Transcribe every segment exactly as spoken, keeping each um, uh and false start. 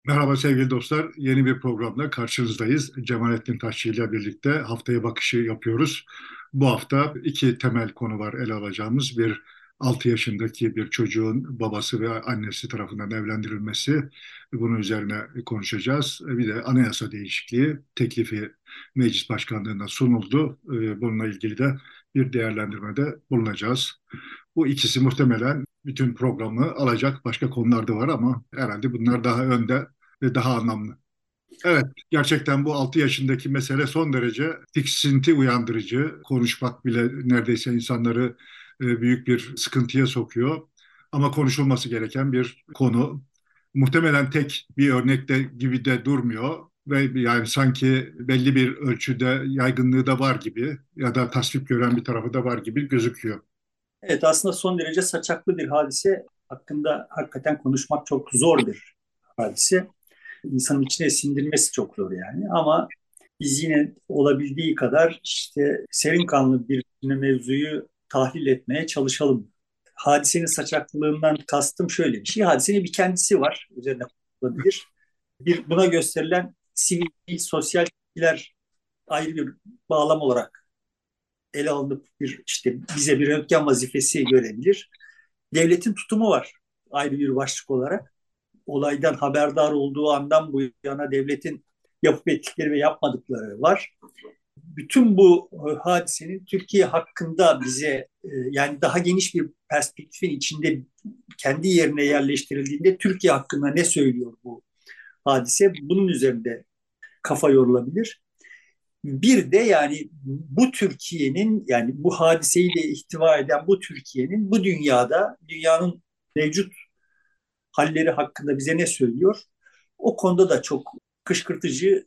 Merhaba sevgili dostlar. Yeni bir programda karşınızdayız. Cemalettin Taşçı ile birlikte haftaya bakışı yapıyoruz. Bu hafta iki temel konu var ele alacağımız. Bir altı yaşındaki bir çocuğun babası ve annesi tarafından evlendirilmesi. Bunun üzerine konuşacağız. Bir de anayasa değişikliği teklifi meclis başkanlığına sunuldu. Bununla ilgili de bir değerlendirmede bulunacağız. Bu ikisi muhtemelen bütün programı alacak. Başka konular da var ama herhalde bunlar daha önde ve daha anlamlı. Evet, gerçekten bu altı yaşındaki mesele son derece tiksinti uyandırıcı. Konuşmak bile neredeyse insanları e, büyük bir sıkıntıya sokuyor. Ama konuşulması gereken bir konu. Muhtemelen tek bir örnekte gibi de durmuyor ve yani sanki belli bir ölçüde yaygınlığı da var gibi ya da tasvip gören bir tarafı da var gibi gözüküyor. Evet, aslında son derece saçaklı bir hadise. Hakkında hakikaten konuşmak çok zor bir hadise. İnsanın içine sindirmesi çok zor yani. Ama biz yine olabildiği kadar işte serin kanlı bir mevzuyu tahlil etmeye çalışalım. Hadisenin saçaklığından kastım şöyle bir şey. Hadisenin bir kendisi var. Üzerine konuşulabilir. Bir buna gösterilen sivil, sosyal tepkiler ayrı bir bağlam olarak ele alınıp bir işte bize bir röntgen vazifesi görebilir. Devletin tutumu var ayrı bir başlık olarak. Olaydan haberdar olduğu andan bu yana devletin yapıp ettikleri ve yapmadıkları var. Bütün bu e, hadisenin Türkiye hakkında bize e, yani daha geniş bir perspektifin içinde kendi yerine yerleştirildiğinde Türkiye hakkında ne söylüyor bu hadise? Bunun üzerinde kafa yorulabilir. Bir de yani bu Türkiye'nin yani bu hadiseyi de ihtiva eden bu Türkiye'nin bu dünyada dünyanın mevcut halleri hakkında bize ne söylüyor? O konuda da çok kışkırtıcı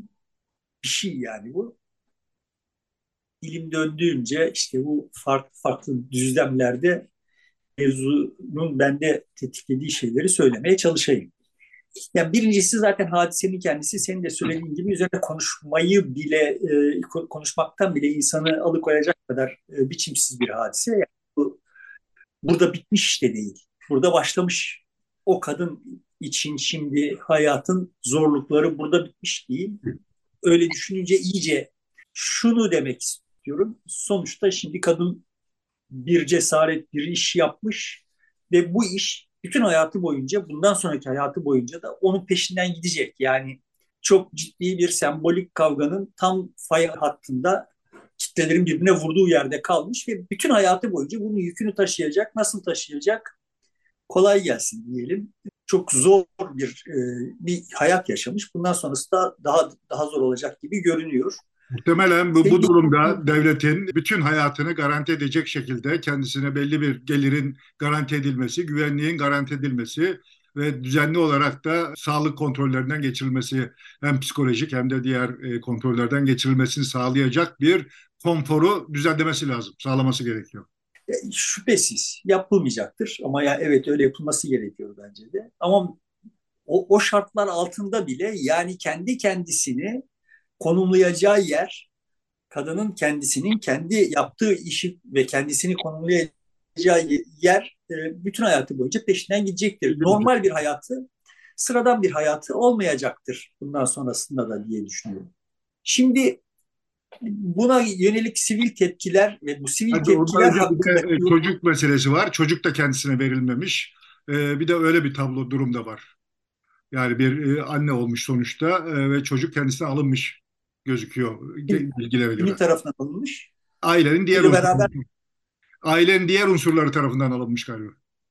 bir şey yani bu. Dilim döndüğünce işte bu farklı farklı düzlemlerde mevzunun bende tetiklediği şeyleri söylemeye çalışayım. Yani birincisi zaten hadisenin kendisi senin de söylediğin gibi üzerine konuşmayı bile e, konuşmaktan bile insanı alıkoyacak kadar e, biçimsiz bir hadise. Yani bu, burada bitmiş işte değil. Burada başlamış. O kadın için şimdi hayatın zorlukları burada bitmiş değil. Öyle düşününce iyice şunu demek istiyorum. Sonuçta şimdi kadın bir cesaret, bir iş yapmış ve bu iş bütün hayatı boyunca, bundan sonraki hayatı boyunca da onun peşinden gidecek. Yani çok ciddi bir sembolik kavganın tam fay hattında kitlelerin birbirine vurduğu yerde kalmış ve bütün hayatı boyunca bunun yükünü taşıyacak. Nasıl taşıyacak? Kolay gelsin diyelim. Çok zor bir e, bir hayat yaşamış. Bundan sonrası da daha daha zor olacak gibi görünüyor. Muhtemelen bu, bu Senin durumda devletin bütün hayatını garanti edecek şekilde kendisine belli bir gelirin garanti edilmesi, güvenliğin garanti edilmesi ve düzenli olarak da sağlık kontrollerinden geçirilmesi hem psikolojik hem de diğer e, kontrollerden geçirilmesini sağlayacak bir konforu düzenlemesi lazım, sağlaması gerekiyor. E, şüphesiz yapılmayacaktır ama ya evet öyle yapılması gerekiyor bence de. Ama o, o şartlar altında bile yani kendi kendisini konumlayacağı yer, kadının kendisinin kendi yaptığı işi ve kendisini konumlayacağı yer e, bütün hayatı boyunca peşinden gidecektir. Normal bir hayatı, sıradan bir hayatı olmayacaktır bundan sonrasında da diye düşünüyorum. Şimdi buna yönelik sivil tepkiler ve bu sivil Hadi orada tepkiler özellikle hakkındaki e, çocuk meselesi var. Çocuk da kendisine verilmemiş. E, bir de öyle bir tablo durum da var. Yani bir e, anne olmuş sonuçta e, ve çocuk kendisine alınmış gözüküyor kim, ge- bilgilere kimin göre. tarafından alınmış? Ailenin diğer Biri unsurları, beraber ailenin diğer unsurları tarafından alınmış galiba.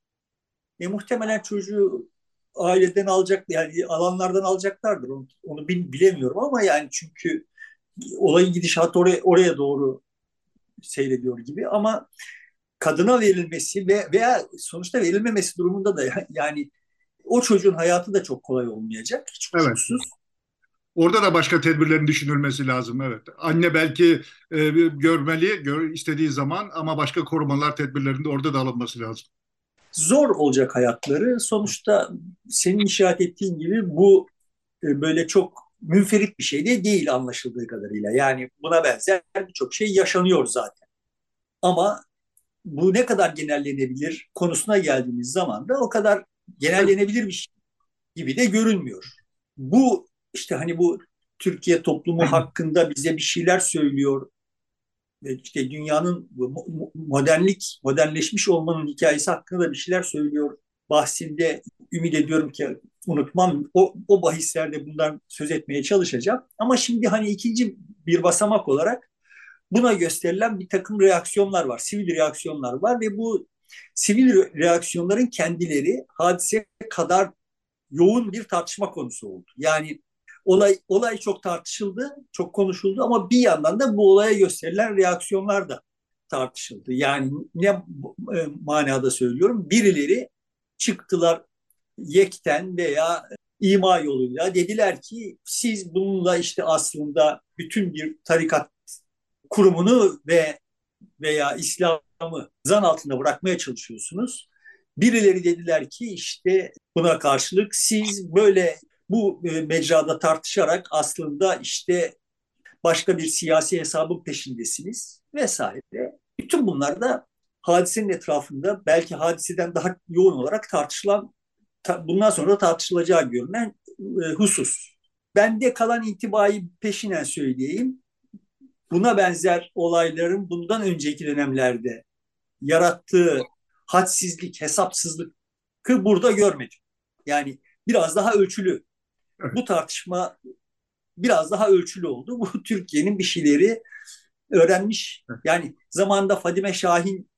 e, muhtemelen çocuğu aileden alacak yani alanlardan alacaklardır. Onu, onu bil- bilemiyorum ama yani çünkü olayın gidişatı oraya, oraya doğru seyrediyor gibi ama kadına verilmesi ve veya sonuçta verilmemesi durumunda da yani o çocuğun hayatı da çok kolay olmayacak hiç Evet. kuşkusuz. Orada da başka tedbirlerin düşünülmesi lazım. Evet. Anne belki e, görmeli, gör, istediği zaman ama başka korumalar tedbirlerinde orada da alınması lazım. Zor olacak hayatları. Sonuçta senin işaret ettiğin gibi bu e, böyle çok münferit bir şey de değil anlaşıldığı kadarıyla. Yani buna benzer birçok şey yaşanıyor zaten. Ama bu ne kadar genellenebilir konusuna geldiğimiz zaman da o kadar Evet. genellenebilir bir şey gibi de görünmüyor. Bu işte hani bu Türkiye toplumu hakkında bize bir şeyler söylüyor ve işte dünyanın modernlik, modernleşmiş olmanın hikayesi hakkında bir şeyler söylüyor bahsinde ümit ediyorum ki unutmam. O, o bahislerde bundan söz etmeye çalışacağım. Ama şimdi hani ikinci bir basamak olarak buna gösterilen bir takım reaksiyonlar var, sivil reaksiyonlar var ve bu sivil reaksiyonların kendileri hadise kadar yoğun bir tartışma konusu oldu. Yani olay olay çok tartışıldı, çok konuşuldu ama bir yandan da bu olaya gösterilen reaksiyonlar da tartışıldı. Yani ne e, manada söylüyorum? Birileri çıktılar yekten veya ima yoluyla dediler ki siz bununla işte aslında bütün bir tarikat kurumunu ve veya İslam'ı zan altında bırakmaya çalışıyorsunuz. Birileri dediler ki işte buna karşılık siz böyle bu e, mecrada tartışarak aslında işte başka bir siyasi hesabın peşindesiniz vesaire. Bütün bunlar da hadisenin etrafında belki hadiseden daha yoğun olarak tartışılan, bundan sonra da tartışılacağı görünen e, husus. Bende kalan intibayı peşinen söyleyeyim. Buna benzer olayların bundan önceki dönemlerde yarattığı hadsizlik, hesapsızlıkı burada görmedim. Yani biraz daha ölçülü. Evet, Bu tartışma biraz daha ölçülü oldu. Bu Türkiye'nin bir şeyleri öğrenmiş. Yani zamanında Fadime Şahin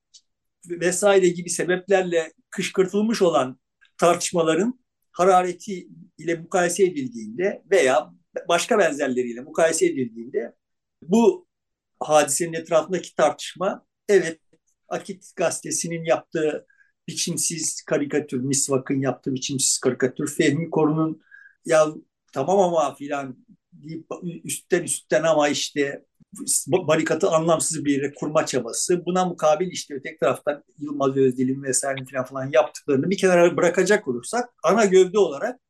vesaire gibi sebeplerle kışkırtılmış olan tartışmaların harareti ile mukayese edildiğinde veya başka benzerleriyle mukayese edildiğinde bu hadisenin etrafındaki tartışma, evet, Akit gazetesinin yaptığı biçimsiz karikatür, Misvak'ın yaptığı biçimsiz karikatür, Fehmi Korun'un ya tamam ama filan deyip üstten üstten ama işte barikatı anlamsız bir yere kurma çabası. Buna mukabil işte öteki taraftan Yılmaz Özdil'in vesaire falan falan yaptıklarını bir kenara bırakacak olursak ana gövde olarak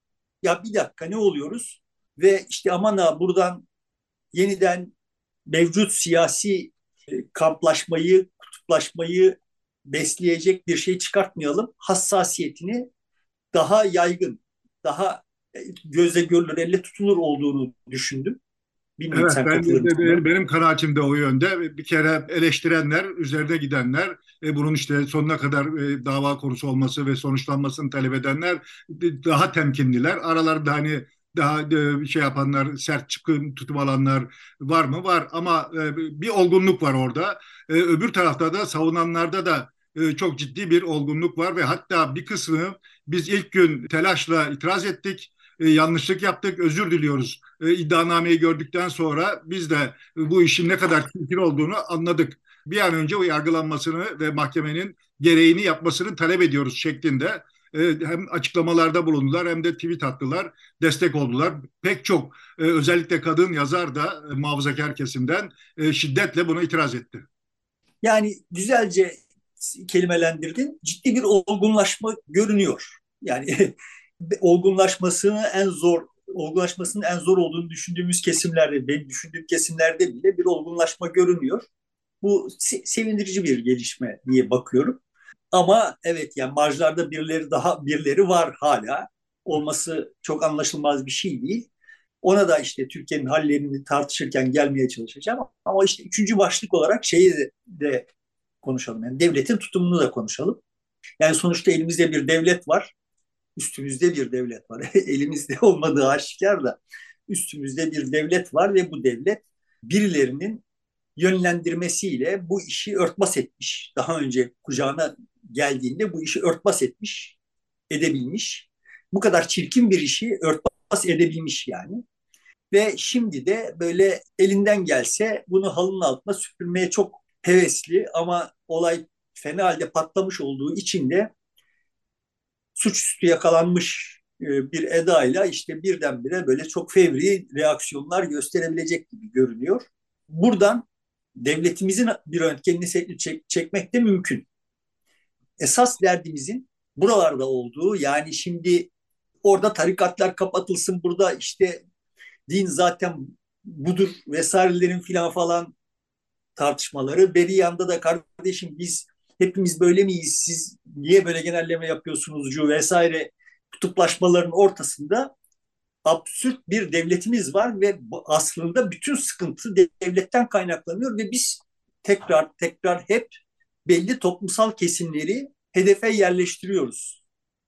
ya bir dakika ne oluyoruz? Ve işte aman ha buradan yeniden mevcut siyasi e, kamplaşmayı, kutuplaşmayı besleyecek bir şey çıkartmayalım. Hassasiyetini daha yaygın, daha e, gözle görülür, elle tutulur olduğunu düşündüm. Bilmiyorum evet sen ben katılır mısın buna? benim kanaatim de o yönde. Bir kere eleştirenler, üzerine gidenler, e, bunun işte sonuna kadar e, dava konusu olması ve sonuçlanmasını talep edenler e, daha temkinliler. Aralarında hani daha e, şey yapanlar, sert çıkın tutum alanlar var mı? Var ama e, bir olgunluk var orada. E, öbür tarafta da savunanlarda da e, çok ciddi bir olgunluk var ve hatta bir kısmı biz ilk gün telaşla itiraz ettik. E, yanlışlık yaptık, özür diliyoruz. E, iddianameyi gördükten sonra biz de bu işin ne kadar çirkin olduğunu anladık. Bir an önce o yargılanmasını ve mahkemenin gereğini yapmasını talep ediyoruz şeklinde e, hem açıklamalarda bulundular hem de tweet attılar, destek oldular. Pek çok e, özellikle kadın yazar da e, muhafazakar kesimden e, şiddetle buna itiraz etti. Yani güzelce kelimelendirdin. Ciddi bir olgunlaşma görünüyor. Yani olgunlaşmasını en zor olgunlaşmasının en zor olduğunu düşündüğümüz kesimlerde, benim düşündüğüm kesimlerde bile bir olgunlaşma görünüyor. Bu sevindirici bir gelişme diye bakıyorum. Ama evet yani marjlarda birileri daha birileri var hala. Olması çok anlaşılmaz bir şey değil. Ona da işte Türkiye'nin hallerini tartışırken gelmeye çalışacağım. Ama işte üçüncü başlık olarak şeyi de, de konuşalım. Yani devletin tutumunu da konuşalım. Yani sonuçta elimizde bir devlet var. Üstümüzde bir devlet var. Elimizde olmadığı aşikar da üstümüzde bir devlet var ve bu devlet birilerinin yönlendirmesiyle bu işi örtbas etmiş. Daha önce kucağına geldiğinde bu işi örtbas etmiş, edebilmiş. Bu kadar çirkin bir işi örtbas edebilmiş yani. Ve şimdi de böyle elinden gelse bunu halının altına süpürmeye çok hevesli ama olay fena halde patlamış olduğu için de suçüstü yakalanmış e, bir edayla işte birdenbire böyle çok fevri reaksiyonlar gösterebilecek gibi görünüyor. Buradan devletimizin bir röntgenini çek, çekmek de mümkün. Esas derdimizin buralarda olduğu, yani şimdi orada tarikatlar kapatılsın, burada işte din zaten budur vesairelerin filan falan tartışmaları. Beri yanda da kardeşim biz hepimiz böyle miyiz? Siz niye böyle genelleme yapıyorsunuzcu vesaire kutuplaşmaların ortasında absürt bir devletimiz var ve bu aslında bütün sıkıntı devletten kaynaklanıyor ve biz tekrar tekrar hep belli toplumsal kesimleri hedefe yerleştiriyoruz.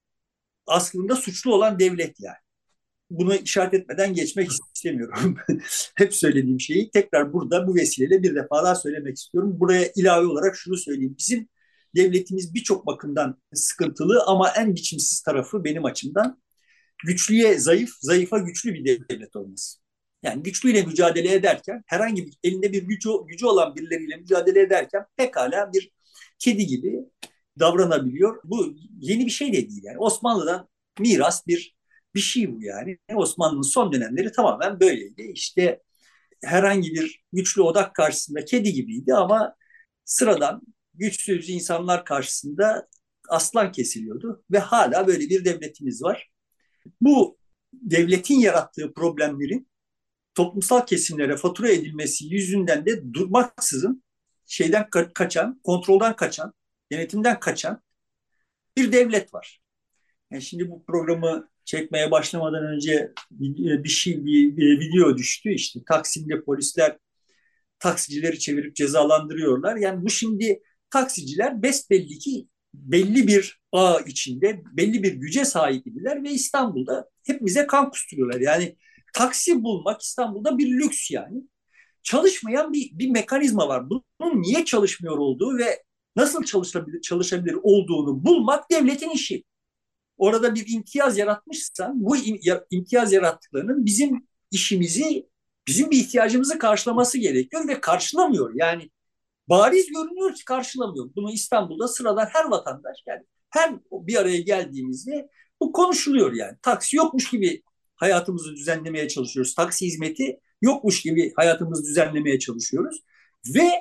Aslında suçlu olan devlet yani. Bunu işaret etmeden geçmek istemiyorum. Hep söylediğim şeyi tekrar burada bu vesileyle bir defa daha söylemek istiyorum. Buraya ilave olarak şunu söyleyeyim. Bizim devletimiz birçok bakımdan sıkıntılı ama en biçimsiz tarafı benim açımdan güçlüye zayıf, zayıfa güçlü bir devlet olması. Yani güçlüyle mücadele ederken herhangi bir elinde bir gücü, gücü olan birileriyle mücadele ederken pekala bir kedi gibi davranabiliyor. Bu yeni bir şey de değil yani. Osmanlı'dan miras bir bir şey bu yani. Osmanlı'nın son dönemleri tamamen böyleydi. İşte herhangi bir güçlü odak karşısında kedi gibiydi ama sıradan güçsüz insanlar karşısında aslan kesiliyordu ve hala böyle bir devletimiz var. Bu devletin yarattığı problemlerin toplumsal kesimlere fatura edilmesi yüzünden de durmaksızın şeyden ka- kaçan, kontrolden kaçan, denetimden kaçan bir devlet var. Yani şimdi bu programı çekmeye başlamadan önce bir, bir şey bir, bir video düştü. İşte Taksim'de polisler taksicileri çevirip cezalandırıyorlar. Yani bu şimdi taksiciler besbelli ki belli bir ağ içinde belli bir güce sahip idiler ve İstanbul'da hepimize kan kusturuyorlar. Yani taksi bulmak İstanbul'da bir lüks yani. Çalışmayan bir, bir mekanizma var. Bunun niye çalışmıyor olduğu ve nasıl çalışabilir, çalışabilir olduğunu bulmak devletin işi. Orada bir imtiyaz yaratmışsan bu imtiyaz yarattıklarının bizim işimizi, bizim bir ihtiyacımızı karşılaması gerekiyor ve karşılamıyor. Yani bariz görünüyor ki karşılamıyor. Bunu İstanbul'da sıradan her vatandaş yani her bir araya geldiğimizde bu konuşuluyor yani. Taksi yokmuş gibi hayatımızı düzenlemeye çalışıyoruz. Taksi hizmeti yokmuş gibi hayatımızı düzenlemeye çalışıyoruz. Ve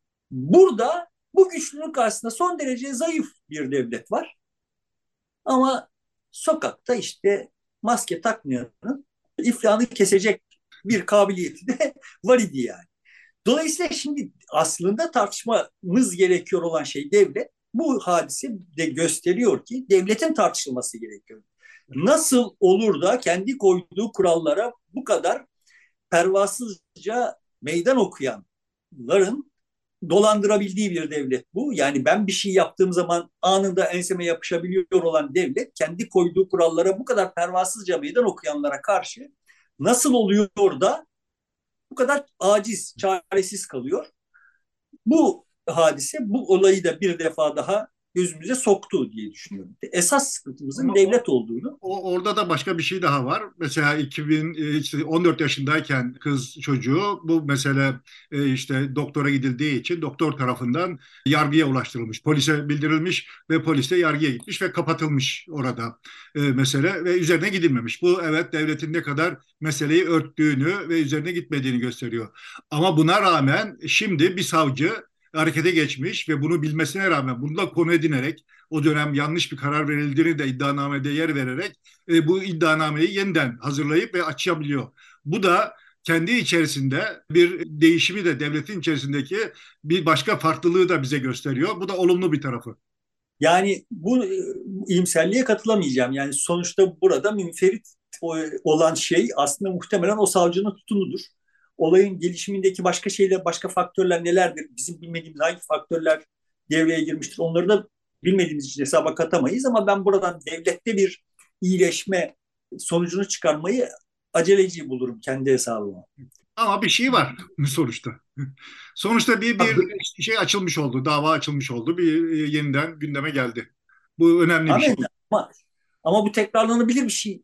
burada bu güçlünün karşısında son derece zayıf bir devlet var. Ama sokakta işte maske takmayanın iflahını kesecek bir kabiliyeti de var idi yani. Dolayısıyla şimdi aslında tartışmamız gerekiyor olan şey devlet. Bu hadise de gösteriyor ki devletin tartışılması gerekiyor. Nasıl olur da kendi koyduğu kurallara bu kadar pervasızca meydan okuyanların dolandırabildiği bir devlet bu. Yani ben bir şey yaptığım zaman anında enseme yapışabiliyor olan devlet kendi koyduğu kurallara bu kadar pervasızca meydan okuyanlara karşı nasıl oluyor da bu kadar aciz, çaresiz kalıyor. Bu hadise bu olayı da bir defa daha gözümüze soktu diye düşünüyorum. Esas sıkıntımızın Ama devlet olduğunu. O, orada da başka bir şey daha var. Mesela iki bin e, işte on dört yaşındayken kız çocuğu bu mesele e, işte doktora gidildiği için doktor tarafından yargıya ulaştırılmış. Polise bildirilmiş ve polis de yargıya gitmiş ve kapatılmış orada e, mesele ve üzerine gidilmemiş. Bu evet devletin ne kadar meseleyi örttüğünü ve üzerine gitmediğini gösteriyor. Ama buna rağmen şimdi bir savcı harekete geçmiş ve bunu bilmesine rağmen bunu da konu edinerek o dönem yanlış bir karar verildiğini de iddianamede yer vererek e, bu iddianameyi yeniden hazırlayıp ve açabiliyor. Bu da kendi içerisinde bir değişimi de devletin içerisindeki bir başka farklılığı da bize gösteriyor. Bu da olumlu bir tarafı. Yani bu e, iyimserliğe katılamayacağım. Yani sonuçta burada münferit olan şey aslında muhtemelen o savcının tutunudur. Olayın gelişimindeki başka şeyler, başka faktörler nelerdir? Bizim bilmediğimiz hangi faktörler devreye girmiştir? Onları da bilmediğimiz için hesaba katamayız ama ben buradan devlette bir iyileşme sonucunu çıkarmayı aceleci bulurum kendi hesabıma. Ama bir şey var sonuçta. Sonuçta bir bir şey açılmış oldu, dava açılmış oldu, bir e, yeniden gündeme geldi. Bu önemli bir şey. Amin. Ama, ama bu tekrarlanabilir bir şey.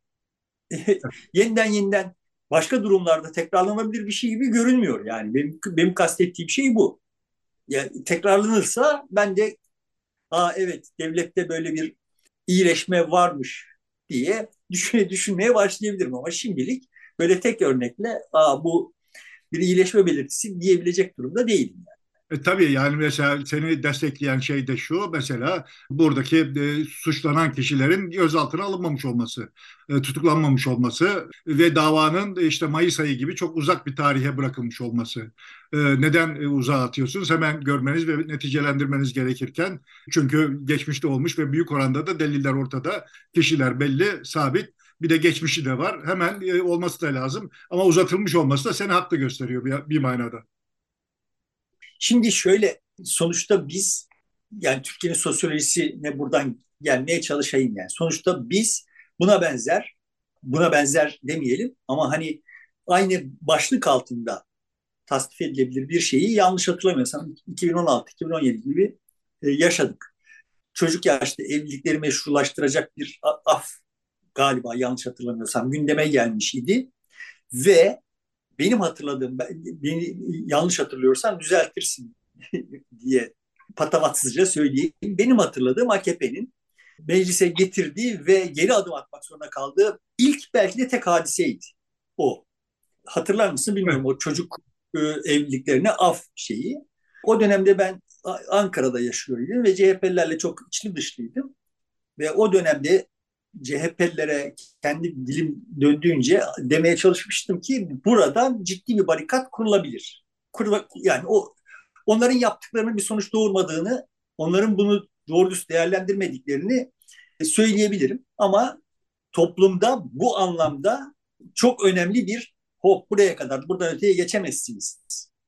yeniden yeniden başka durumlarda tekrarlanabilir bir şey gibi görünmüyor. Yani benim, benim kastettiğim şey bu. Yani tekrarlanırsa ben de aa evet devlette böyle bir iyileşme varmış diye düşüne, düşünmeye başlayabilirim ama şimdilik böyle tek örnekle aa bu bir iyileşme belirtisi diyebilecek durumda değilim. Yani. E, tabii yani mesela seni destekleyen şey de şu mesela buradaki e, suçlanan kişilerin gözaltına alınmamış olması, e, tutuklanmamış olması ve davanın e, işte Mayıs ayı gibi çok uzak bir tarihe bırakılmış olması. E, neden e, uzağa atıyorsunuz? Hemen görmeniz ve neticelendirmeniz gerekirken çünkü geçmişte olmuş ve büyük oranda da deliller ortada, kişiler belli, sabit. Bir de geçmişi de var. Hemen e, olması da lazım. Ama uzatılmış olması da seni haklı gösteriyor bir, bir manada. Şimdi şöyle, sonuçta biz, yani Türkiye'nin sosyolojisine buradan gelmeye çalışayım yani. Sonuçta biz buna benzer, buna benzer demeyelim ama hani aynı başlık altında tasnif edilebilir bir şeyi, yanlış hatırlamıyorsam iki bin on altı iki bin on yedi gibi e, yaşadık. Çocuk yaşta evlilikleri meşrulaştıracak bir af, galiba yanlış hatırlamıyorsam, gündeme gelmiş idi ve benim hatırladığım, beni yanlış hatırlıyorsam düzeltirsin diye patavatsızca söyleyeyim. Benim hatırladığım A K P'nin meclise getirdiği ve geri adım atmak zorunda kaldığı ilk, belki de tek hadiseydi o. Hatırlar mısın bilmiyorum, Evet. o çocuk e, evliliklerine af şeyi. O dönemde ben Ankara'da yaşıyordum ve C H P'lilerle çok içli dışlıydım. Ve o dönemde C H P'lilere kendi dilim döndüğünce demeye çalışmıştım ki buradan ciddi bir barikat kurulabilir. Kurula, yani o onların yaptıklarının bir sonuç doğurmadığını, onların bunu doğru düz değerlendirmediklerini söyleyebilirim. Ama toplumda bu anlamda çok önemli bir, hop buraya kadar, buradan öteye geçemezsiniz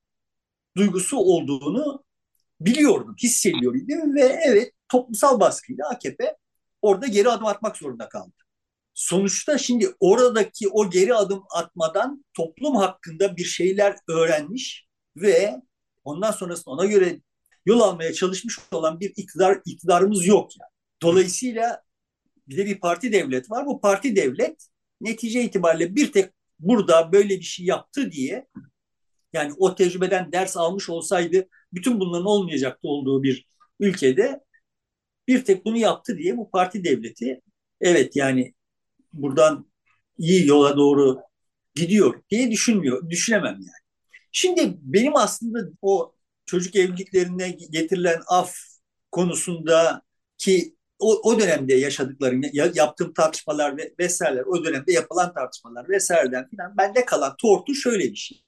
duygusu olduğunu biliyordum, hissediyordum ve evet, toplumsal baskıyla A K P orada geri adım atmak zorunda kaldı. Sonuçta şimdi oradaki o geri adım atmadan toplum hakkında bir şeyler öğrenmiş ve ondan sonrasında ona göre yol almaya çalışmış olan bir iktidar iktidarımız yok yani. Dolayısıyla bir de bir parti devlet var. Bu parti devlet netice itibariyle bir tek burada böyle bir şey yaptı diye, yani o tecrübeden ders almış olsaydı bütün bunların olmayacaktı olduğu bir ülkede bir tek bunu yaptı diye bu parti devleti, evet yani buradan iyi yola doğru gidiyor diye düşünmüyor, düşünemem yani. Şimdi benim aslında o çocuk evliliklerine getirilen af konusunda ki o, o dönemde yaşadıklarım, yaptığım tartışmalar ve vesaireler, o dönemde yapılan tartışmalar vesaireden filan bende kalan tortu şöyle bir şey.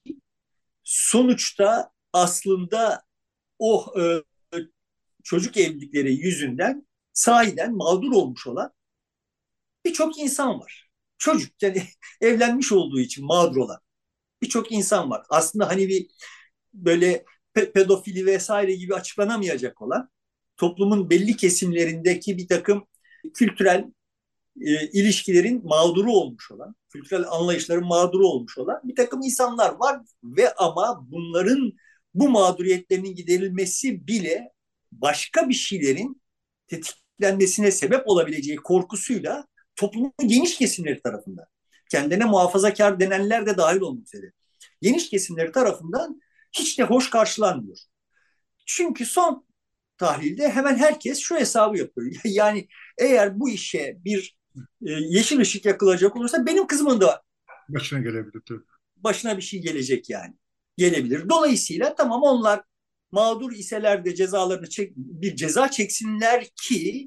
Sonuçta aslında o e, çocuk evlilikleri yüzünden sahiden mağdur olmuş olan birçok insan var. Çocuk yani evlenmiş olduğu için mağdur olan birçok insan var. Aslında hani bir böyle pe- pedofili vesaire gibi açıklanamayacak olan, toplumun belli kesimlerindeki bir takım kültürel e, ilişkilerin mağduru olmuş olan, kültürel anlayışların mağduru olmuş olan bir takım insanlar var ve ama bunların, bu mağduriyetlerinin giderilmesi bile başka bir şeylerin tetiklenmesine sebep olabileceği korkusuyla toplumun geniş kesimleri tarafından, kendine muhafazakar denenler de dahil olmak üzere, geniş kesimleri tarafından hiç de hoş karşılanmıyor. Çünkü son tahlilde hemen herkes şu hesabı yapıyor. Yani eğer bu işe bir e, yeşil ışık yakılacak olursa benim kızımın da Başına gelebilir tabii. başına bir şey gelecek yani. Gelebilir. Dolayısıyla tamam, onlar mağdur iseler de cezalarını çek, bir ceza çeksinler ki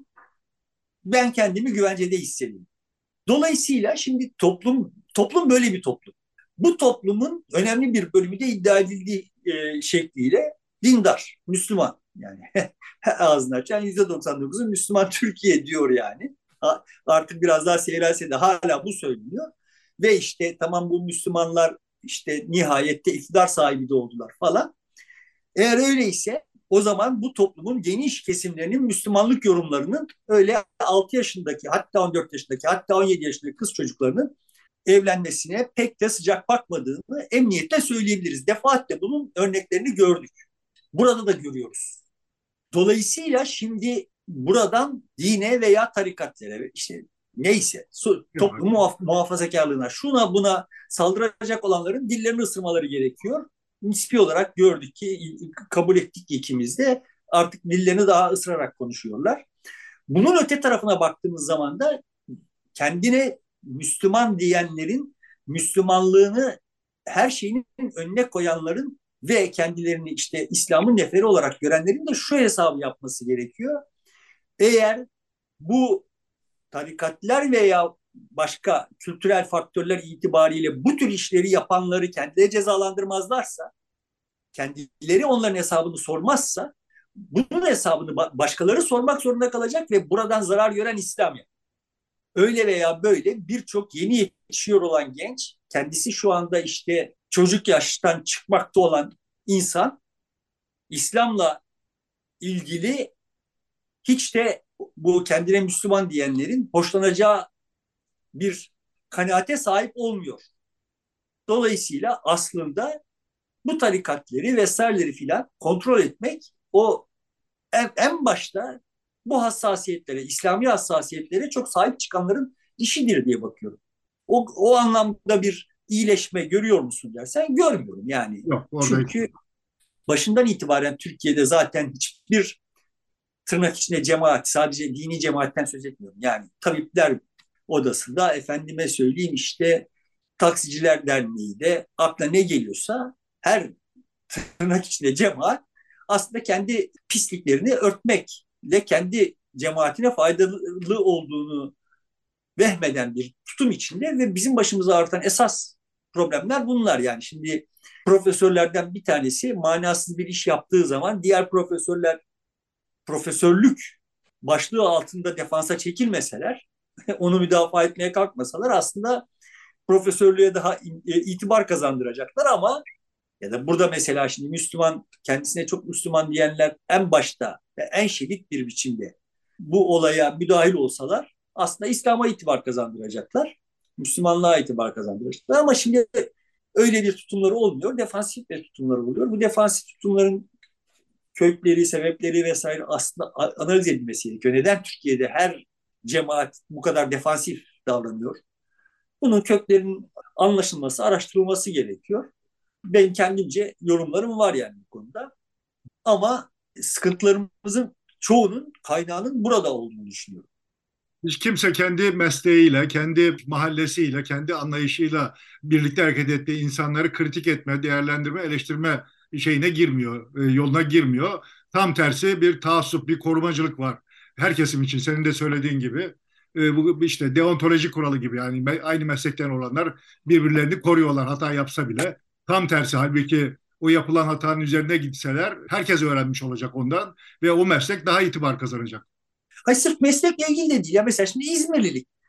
ben kendimi güvencede hissedeyim. Dolayısıyla şimdi toplum toplum böyle bir toplum. Bu toplumun önemli bir bölümü de iddia edildiği e, şekliyle dindar, Müslüman. Yani ağzını açan yüzde doksan dokuzu Müslüman Türkiye diyor yani. Artık biraz daha seyrelse de hala bu söyleniyor. Ve işte tamam, bu Müslümanlar işte nihayette iktidar sahibi de oldular falan. Eğer öyleyse o zaman bu toplumun geniş kesimlerinin Müslümanlık yorumlarının öyle altı yaşındaki, hatta on dört yaşındaki, hatta on yedi yaşındaki kız çocuklarının evlenmesine pek de sıcak bakmadığını emniyetle söyleyebiliriz. Defaatle bunun örneklerini gördük. Burada da görüyoruz. Dolayısıyla şimdi buradan dine veya tarikatlara, işte neyse toplum muhaf- muhafazakarlığına, şuna buna saldıracak olanların dillerini ısırmaları gerekiyor. Nispi olarak gördük ki, kabul ettik ki ikimiz de artık dillerini daha ısırarak konuşuyorlar. Bunun öte tarafına baktığımız zaman da kendine Müslüman diyenlerin, Müslümanlığını her şeyin önüne koyanların ve kendilerini işte İslam'ın neferi olarak görenlerin de şu hesabı yapması gerekiyor. Eğer bu tarikatlar veya başka kültürel faktörler itibariyle bu tür işleri yapanları kendileri cezalandırmazlarsa, kendileri onların hesabını sormazsa, bunun hesabını başkaları sormak zorunda kalacak ve buradan zarar gören İslam. öyle veya böyle birçok yeni yetişiyor olan genç, kendisi şu anda işte çocuk yaştan çıkmakta olan insan, İslam'la ilgili hiç de bu kendine Müslüman diyenlerin hoşlanacağı bir kanaate sahip olmuyor. Dolayısıyla aslında bu tarikatları vesaireleri filan kontrol etmek o en, en başta bu hassasiyetlere, İslami hassasiyetlere çok sahip çıkanların işidir diye bakıyorum. O, o anlamda bir iyileşme görüyor musun dersen görmüyorum yani. Yok, orada Çünkü başından itibaren Türkiye'de zaten hiçbir tırnak içinde cemaat, sadece dini cemaatten söz etmiyorum. Yani tabipler odasında efendime söyleyeyim işte taksiciler derneği de akla ne geliyorsa her tırnak içinde cemaat aslında kendi pisliklerini örtmekle kendi cemaatine faydalı olduğunu vehmeden bir tutum içinde ve bizim başımıza artan esas problemler bunlar. Yani şimdi profesörlerden bir tanesi manasız bir iş yaptığı zaman diğer profesörler profesörlük başlığı altında defansa çekilmeseler, onu müdafaa etmeye kalkmasalar aslında profesörlüğe daha itibar kazandıracaklar ama ya da burada mesela şimdi Müslüman, kendisine çok Müslüman diyenler en başta ve en şiddet bir biçimde bu olaya müdahil olsalar aslında İslam'a itibar kazandıracaklar. Müslümanlığa itibar kazandıracaklar. Ama şimdi öyle bir tutumları olmuyor. Defansif bir tutumları oluyor. Bu defansif tutumların kökleri, sebepleri vesaire aslında analiz edilmesi gerekiyor. Neden Türkiye'de her cemaat bu kadar defansif davranıyor? Bunun köklerinin anlaşılması, araştırılması gerekiyor. Benim kendimce yorumlarım var yani bu konuda. Ama sıkıntılarımızın çoğunun kaynağının burada olduğunu düşünüyorum. hiç kimse kendi mesleğiyle, kendi mahallesiyle, kendi anlayışıyla birlikte hareket ettiği insanları kritik etme, değerlendirme, eleştirme şeyine girmiyor, e, yoluna girmiyor. Tam tersi bir taassup, bir korumacılık var. Her kesim için senin de söylediğin gibi. E, bu işte deontoloji kuralı gibi yani aynı meslekten olanlar birbirlerini koruyorlar hata yapsa bile. Tam tersi halbuki o yapılan hatanın üzerine gitseler herkes öğrenmiş olacak ondan ve o meslek daha itibar kazanacak. Hayır, sırf meslekle ilgili de değil. Ya mesela şimdi İzmirlilikle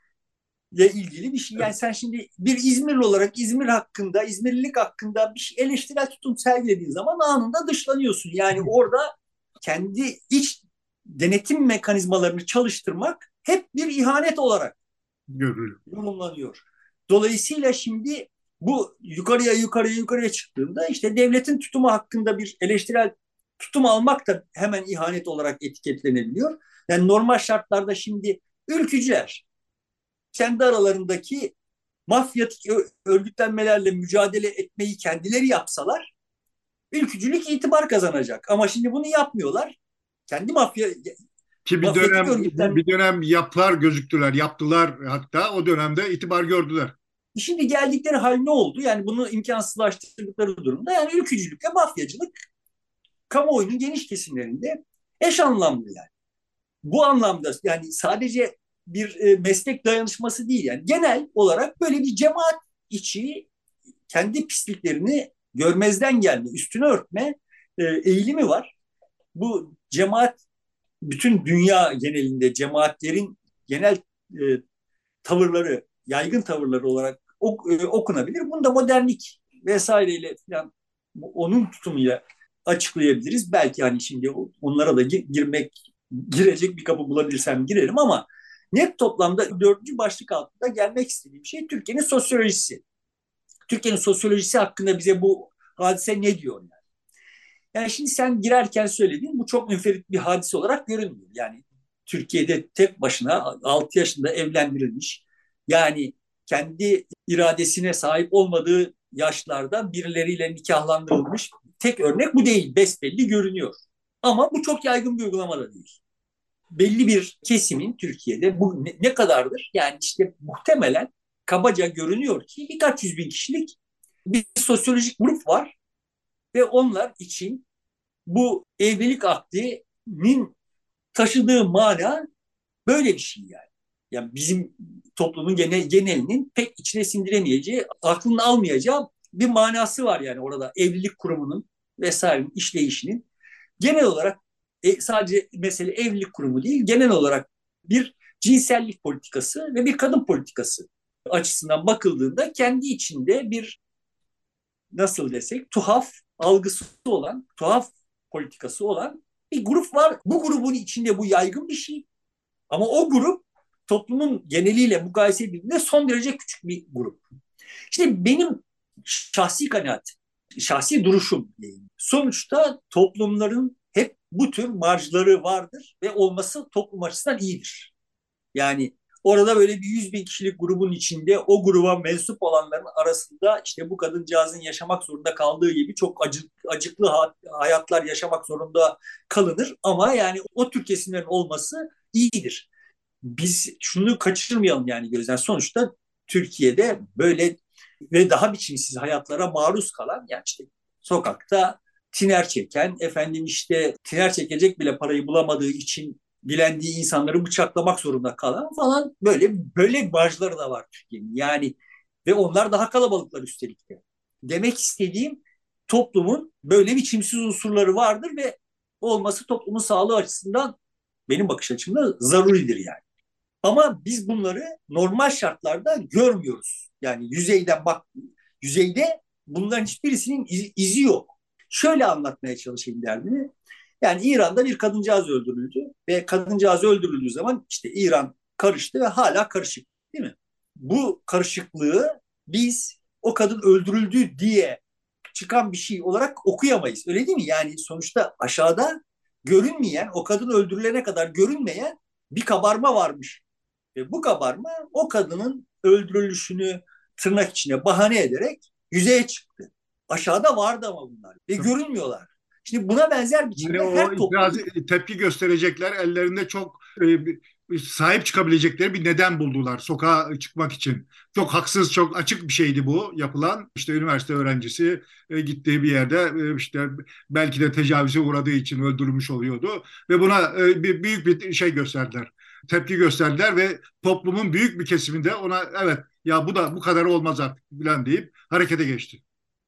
ilgili bir şey. Yani sen şimdi bir İzmirli olarak İzmir hakkında, İzmirlilik hakkında bir şey eleştirel tutum sergilediğin zaman anında dışlanıyorsun. Yani orada kendi iç denetim mekanizmalarını çalıştırmak hep bir ihanet olarak Görülüyor. yorumlanıyor. Dolayısıyla şimdi bu yukarıya yukarıya yukarıya çıktığında işte devletin tutumu hakkında bir eleştirel tutum almak da hemen ihanet olarak etiketlenebiliyor. Yani normal şartlarda şimdi ülkücüler kendi aralarındaki mafyatik örgütlenmelerle mücadele etmeyi kendileri yapsalar ülkücülük itibar kazanacak. Ama şimdi bunu yapmıyorlar. Kendi mafya Ki bir mafyatik dönem örgütlenme. bir dönem yaptılar gözüktüler, yaptılar hatta o dönemde itibar gördüler. Şimdi geldikleri hal ne oldu? Yani bunu imkansızlaştırdıkları durumda yani ülkücülükle mafyacılık kamuoyunun geniş kesimlerinde eş anlamlı yani. Bu anlamda yani sadece bir e, meslek dayanışması değil yani genel olarak böyle bir cemaat içi kendi pisliklerini görmezden gelme, üstüne örtme e, eğilimi var. Bu cemaat bütün dünya genelinde cemaatlerin genel e, tavırları, yaygın tavırları olarak ok, e, okunabilir. Bunu da modernlik vesaireyle falan onun tutumuyla açıklayabiliriz. Belki hani şimdi onlara da gir, girmek girecek bir kapı bulabilirsem girerim ama net toplamda dördüncü başlık altında gelmek istediğim şey Türkiye'nin sosyolojisi. Türkiye'nin sosyolojisi hakkında bize bu hadise ne diyor yani? Yani şimdi sen girerken söyledin bu çok münferit bir hadise olarak görünmüyor. Yani Türkiye'de tek başına altı yaşında evlendirilmiş yani kendi iradesine sahip olmadığı yaşlarda birileriyle nikahlandırılmış tek örnek bu değil. Besbelli görünüyor. Ama bu çok yaygın bir uygulama da değil. Belli bir kesimin Türkiye'de bu ne, ne kadardır? Yani işte muhtemelen kabaca görünüyor ki birkaç yüz bin kişilik bir sosyolojik grup var ve onlar için bu evlilik akdinin taşıdığı mana böyle bir şey yani. Yani bizim toplumun genel, genelinin pek içine sindiremeyeceği, aklını almayacağı bir manası var yani orada evlilik kurumunun vesairenin işleyişinin. Genel olarak e, sadece mesele evlilik kurumu değil, genel olarak bir cinsellik politikası ve bir kadın politikası açısından bakıldığında kendi içinde bir, nasıl desek, tuhaf algısı olan, tuhaf politikası olan bir grup var. Bu grubun içinde bu yaygın bir şey. Ama o grup toplumun geneliyle mukayese edildiğinde son derece küçük bir grup. İşte benim şahsi kanaatim, şahsi duruşum diyeyim. Sonuçta toplumların hep bu tür marjları vardır ve olması toplum açısından iyidir. Yani orada böyle bir yüz bin kişilik grubun içinde o gruba mensup olanların arasında işte bu kadıncağızın yaşamak zorunda kaldığı gibi çok acı, acıklı hayatlar yaşamak zorunda kalınır. Ama yani o tür kesimlerin olması iyidir. Biz şunu kaçırmayalım yani gözden. Sonuçta Türkiye'de böyle ve daha biçimsiz hayatlara maruz kalan, yani işte sokakta tiner çeken, efendim işte tiner çekecek bile parayı bulamadığı için dilendiği insanları bıçaklamak zorunda kalan falan, böyle böyle barajları da var Türkiye'nin. Yani ve onlar daha kalabalıklar üstelik de. Demek istediğim, toplumun böyle biçimsiz unsurları vardır ve olması toplumun sağlığı açısından, benim bakış açımda, zaruridir yani. Ama biz bunları normal şartlarda görmüyoruz. Yani yüzeyden bak, yüzeyde bunların hiçbirisinin iz, izi yok. Şöyle anlatmaya çalışayım derdimi. Yani İran'da bir kadıncağız öldürüldü ve kadıncağız öldürüldüğü zaman işte İran karıştı ve hala karışık, değil mi? Bu karışıklığı biz o kadın öldürüldü diye çıkan bir şey olarak okuyamayız. Öyle değil mi? Yani sonuçta aşağıda görünmeyen, o kadın öldürülene kadar görünmeyen bir kabarma varmış. Ve bu kabarma o kadının öldürülüşünü tırnak içine bahane ederek yüzeye çıktı. Aşağıda vardı ama bunlar ve görünmüyorlar. Şimdi buna benzer Yani biçimde o her itiraz, toplum, tepki gösterecekler, ellerinde çok e, bir- sahip çıkabilecekleri bir neden buldular sokağa çıkmak için. Çok haksız, çok açık bir şeydi bu yapılan. İşte üniversite öğrencisi e, gittiği bir yerde e, işte belki de tecavüze uğradığı için öldürülmüş oluyordu ve buna e, bir büyük bir şey gösterdiler. Tepki gösterdiler ve toplumun büyük bir kesiminde ona evet ya bu da bu kadar olmaz artık falan deyip harekete geçti.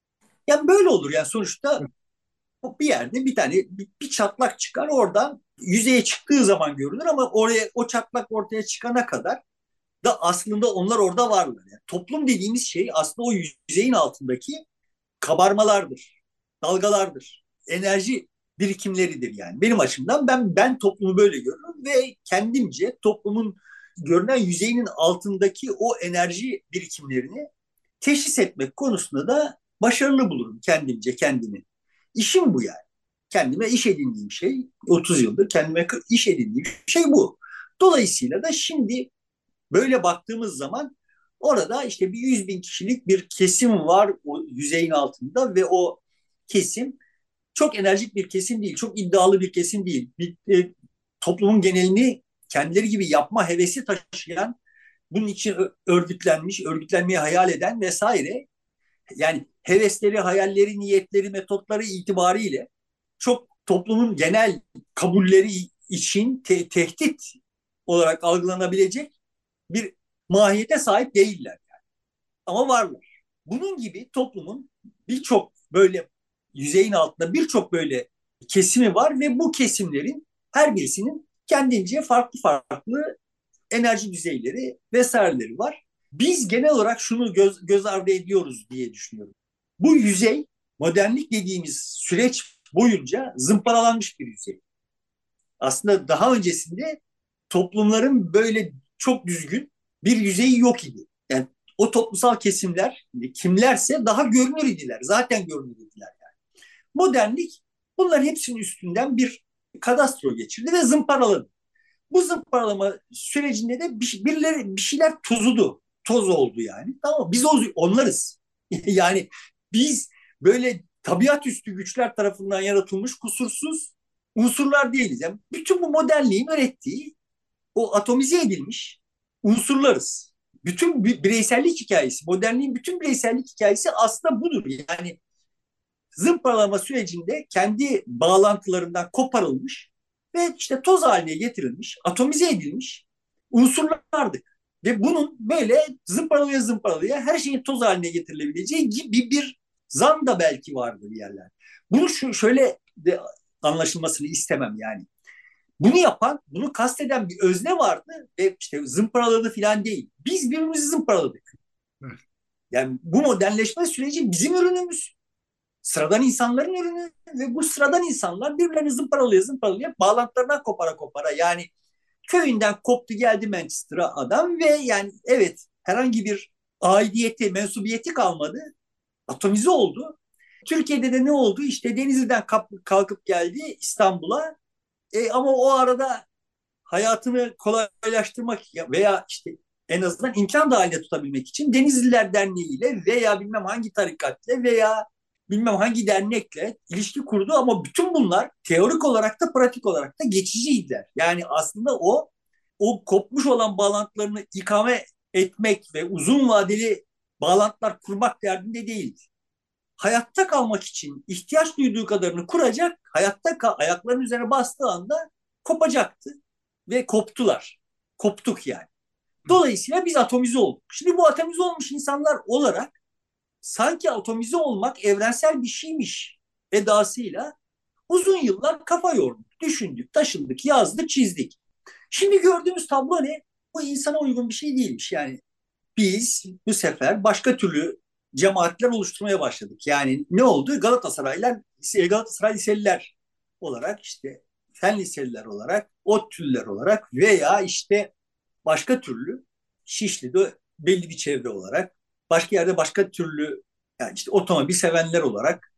yani böyle olur yani sonuçta. Bir yerde bir tane bir, bir çatlak çıkar, oradan yüzeye çıktığı zaman görülür ama oraya, o çatlak ortaya çıkana kadar da aslında onlar orada varlar. Yani toplum dediğimiz şey aslında o yüzeyin altındaki kabarmalardır, dalgalardır, enerji birikimleridir yani. Benim açımdan ben ben toplumu böyle görüyorum ve kendimce toplumun görünen yüzeyinin altındaki o enerji birikimlerini teşhis etmek konusunda da başarılı bulurum kendimce kendimi. İşim bu yani. Kendime iş edindiğim şey, otuz yıldır kendime iş edindiğim şey bu. Dolayısıyla da şimdi böyle baktığımız zaman orada işte bir yüz bin kişilik bir kesim var o yüzeyin altında ve o kesim çok enerjik bir kesim değil, çok iddialı bir kesim değil. Bir, e, toplumun genelini kendileri gibi yapma hevesi taşıyan, bunun için örgütlenmiş, örgütlenmeyi hayal eden vesaire. Yani hevesleri, hayalleri, niyetleri, metotları itibariyle çok toplumun genel kabulleri için te- tehdit olarak algılanabilecek bir mahiyete sahip değiller. Ama varlar. Bunun gibi toplumun birçok böyle yüzeyin altında birçok böyle kesimi var ve bu kesimlerin her birisinin kendince farklı farklı enerji düzeyleri vesaireleri var. Biz genel olarak şunu göz, göz ardı ediyoruz diye düşünüyorum. Bu yüzey, modernlik dediğimiz süreç boyunca zımparalanmış bir yüzey. Aslında daha öncesinde toplumların böyle çok düzgün bir yüzeyi yok idi. Yani o toplumsal kesimler kimlerse daha görünür idiler. Zaten görünür idiler yani. Modernlik bunların hepsinin üstünden bir kadastro geçirdi ve zımparaladı. Bu zımparalama sürecinde de bir, birileri, bir şeyler tozudu. Toz oldu yani. Tamam, biz onlarız. Yani biz böyle tabiat üstü güçler tarafından yaratılmış kusursuz unsurlar değiliz. Yani bütün bu modernliğin ürettiği o atomize edilmiş unsurlarız. Bütün bireysellik hikayesi, modernliğin bütün bireysellik hikayesi aslında budur. Yani zımparalama sürecinde kendi bağlantılarından koparılmış ve işte toz haline getirilmiş, atomize edilmiş unsurlardık. Ve bunun böyle zımparalıya zımparalıya her şeyin toz haline getirilebileceği gibi bir zan da belki vardır yerler. Bunu şu, şöyle de anlaşılmasını istemem yani. Bunu yapan, bunu kasteden bir özne vardı ve işte zımparaladı falan değil. Biz birbirimizi zımparaladık. Evet. Yani bu modernleşme süreci bizim ürünümüz. Sıradan insanların ürünü ve bu sıradan insanlar birbirlerini zımparalıyor, zımparalıyor. Bağlantılarından kopara kopara. Yani köyünden koptu geldi Manchester'a adam ve yani evet herhangi bir aidiyeti, mensubiyeti kalmadı. Atomize oldu. Türkiye'de de ne oldu? İşte Denizli'den kalkıp geldi İstanbul'a. E, ama o arada hayatını kolaylaştırmak veya işte en azından imkan dahilinde tutabilmek için Denizliler Derneği ile veya bilmem hangi tarikatla veya bilmem hangi dernekle ilişki kurdu ama bütün bunlar teorik olarak da pratik olarak da geçiciydiler. Yani aslında o o kopmuş olan bağlantılarını ikame etmek ve uzun vadeli bağlantılar kurmak derdinde değil. Hayatta kalmak için ihtiyaç duyduğu kadarını kuracak, hayatta kal- ayaklarının üzerine bastığı anda kopacaktı ve koptular. Koptuk yani. Dolayısıyla biz atomize olduk. Şimdi bu atomize olmuş insanlar olarak sanki atomize olmak evrensel bir şeymiş edasıyla uzun yıllar kafa yorduk, düşündük, taşındık, yazdık, çizdik. Şimdi gördüğümüz tablo ne? Bu insana uygun bir şey değilmiş. Yani biz bu sefer başka türlü cemaatler oluşturmaya başladık. Yani ne oldu? Galatasaraylar, Galatasaray Liseliler olarak işte fen liseliler olarak, ODTÜ'lüler olarak veya işte başka türlü Şişli'de belli bir çevre olarak, başka yerde başka türlü yani işte otomobil sevenler olarak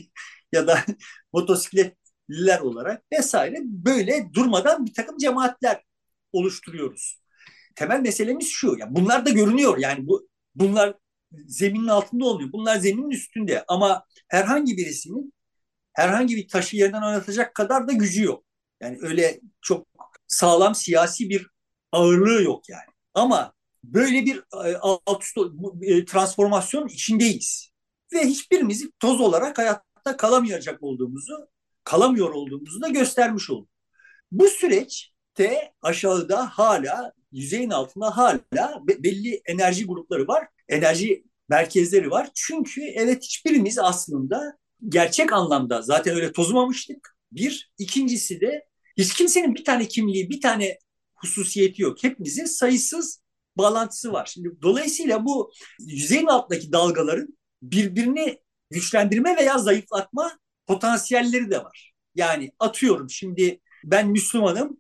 ya da motosikletliler olarak vesaire böyle durmadan bir takım cemaatler oluşturuyoruz. Temel meselemiz şu. Yani bunlar da görünüyor. Yani bu bunlar zeminin altında olmuyor. Bunlar zeminin üstünde ama herhangi birisinin herhangi bir taşı yerden oynatacak kadar da gücü yok. Yani öyle çok sağlam siyasi bir ağırlığı yok yani. Ama böyle bir e, alt üst e, transformasyon içindeyiz. Ve hiçbirimiz toz olarak hayatta kalamayacak olduğumuzu, kalamıyor olduğumuzu da göstermiş olduk. Bu süreçte aşağıda hala, yüzeyin altında hala belli enerji grupları var, enerji merkezleri var. Çünkü evet hiçbirimiz aslında gerçek anlamda zaten öyle tozmamıştık. Bir, ikincisi de hiç kimsenin bir tane kimliği, bir tane hususiyeti yok. Hepimizin sayısız bağlantısı var. Şimdi dolayısıyla bu yüzeyin altındaki dalgaların birbirini güçlendirme veya zayıflatma potansiyelleri de var. Yani atıyorum şimdi ben Müslümanım.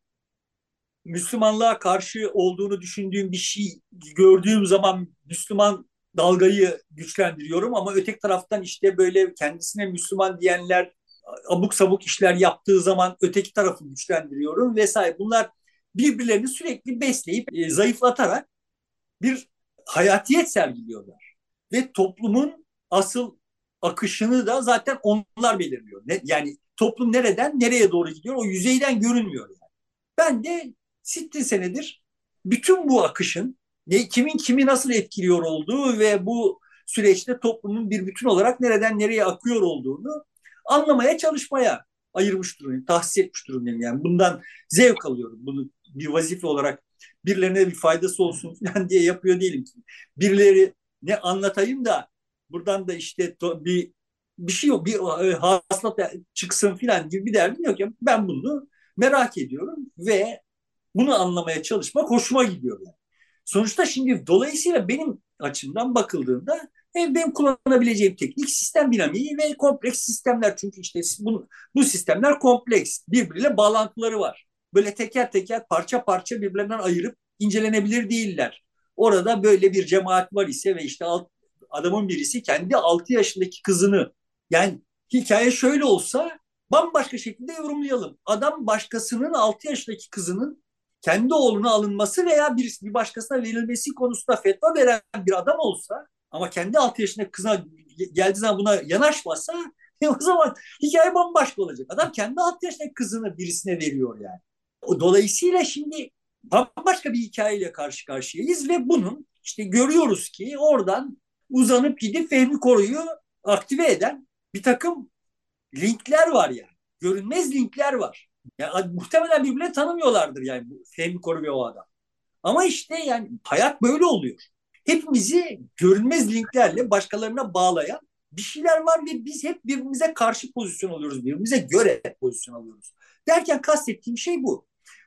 Müslümanlığa karşı olduğunu düşündüğüm bir şey gördüğüm zaman Müslüman dalgayı güçlendiriyorum ama öteki taraftan işte böyle kendisine Müslüman diyenler abuk sabuk işler yaptığı zaman öteki tarafı güçlendiriyorum vesaire. Bunlar birbirlerini sürekli besleyip e, zayıflatarak bir hayatiyet sergiliyorlar. Ve toplumun asıl akışını da zaten onlar belirliyor. Ne, yani toplum nereden nereye doğru gidiyor o yüzeyden görünmüyor. Yani. Ben de sittin senedir bütün bu akışın ne, kimin kimi nasıl etkiliyor olduğu ve bu süreçte toplumun bir bütün olarak nereden nereye akıyor olduğunu anlamaya çalışmaya ayırmış durumdayım, tahsis etmiş durumdayım. Yani bundan zevk alıyorum. Bunu bir vazife olarak birilerine bir faydası olsun falan diye yapıyor değilim. Birileri ne anlatayım da buradan da işte bir bir şey yok, bir e, hasılat çıksın falan gibi bir derdim yok. Yani ben bunu merak ediyorum ve bunu anlamaya çalışmak hoşuma gidiyor. Yani. Sonuçta şimdi dolayısıyla benim açımdan bakıldığında hem benim kullanabileceğim teknik sistem dinamiği ve kompleks sistemler. Çünkü işte bu, bu sistemler kompleks. Birbiriyle bağlantıları var. Böyle teker teker parça parça birbirlerinden ayırıp incelenebilir değiller. Orada böyle bir cemaat var ise ve işte alt, adamın birisi kendi altı yaşındaki kızını yani hikaye şöyle olsa bambaşka şekilde yorumlayalım. Adam başkasının altı yaşındaki kızının kendi oğluna alınması veya bir, bir başkasına verilmesi konusunda fetva veren bir adam olsa ama kendi altı yaşındaki kızına geldiği zaman buna yanaşmasa e o zaman hikaye bambaşka olacak. Adam kendi altı yaşındaki kızını birisine veriyor yani. Dolayısıyla şimdi bambaşka bir hikayeyle karşı karşıyayız ve bunun işte görüyoruz ki oradan uzanıp gidip Fehmi Koru'yu aktive eden bir takım linkler var yani. Görünmez linkler var. Yani muhtemelen birbirlerini tanımıyorlardır yani bu Fehmi Koru ve o adam. Ama işte yani hayat böyle oluyor. Hepimizi görünmez linklerle başkalarına bağlayan bir şeyler var ve biz hep birbirimize karşı pozisyon alıyoruz. Birbirimize göre pozisyon alıyoruz. Derken kastettiğim şey bu.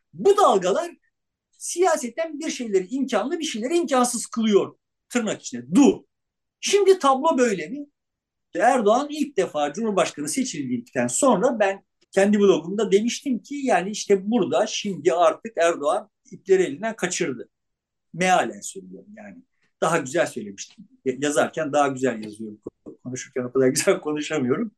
Bu dalgalar siyasetten bir şeyleri imkanlı, bir şeyleri imkansız kılıyor tırnak içinde. Du. Şimdi tablo böyle mi? Erdoğan ilk defa Cumhurbaşkanı seçildikten sonra ben kendi blogumda demiştim ki yani işte burada şimdi artık Erdoğan ipleri elinden kaçırdı. Mealen söylüyorum yani. Daha güzel söylemiştim. Yazarken daha güzel yazıyorum. Konuşurken o kadar güzel konuşamıyorum.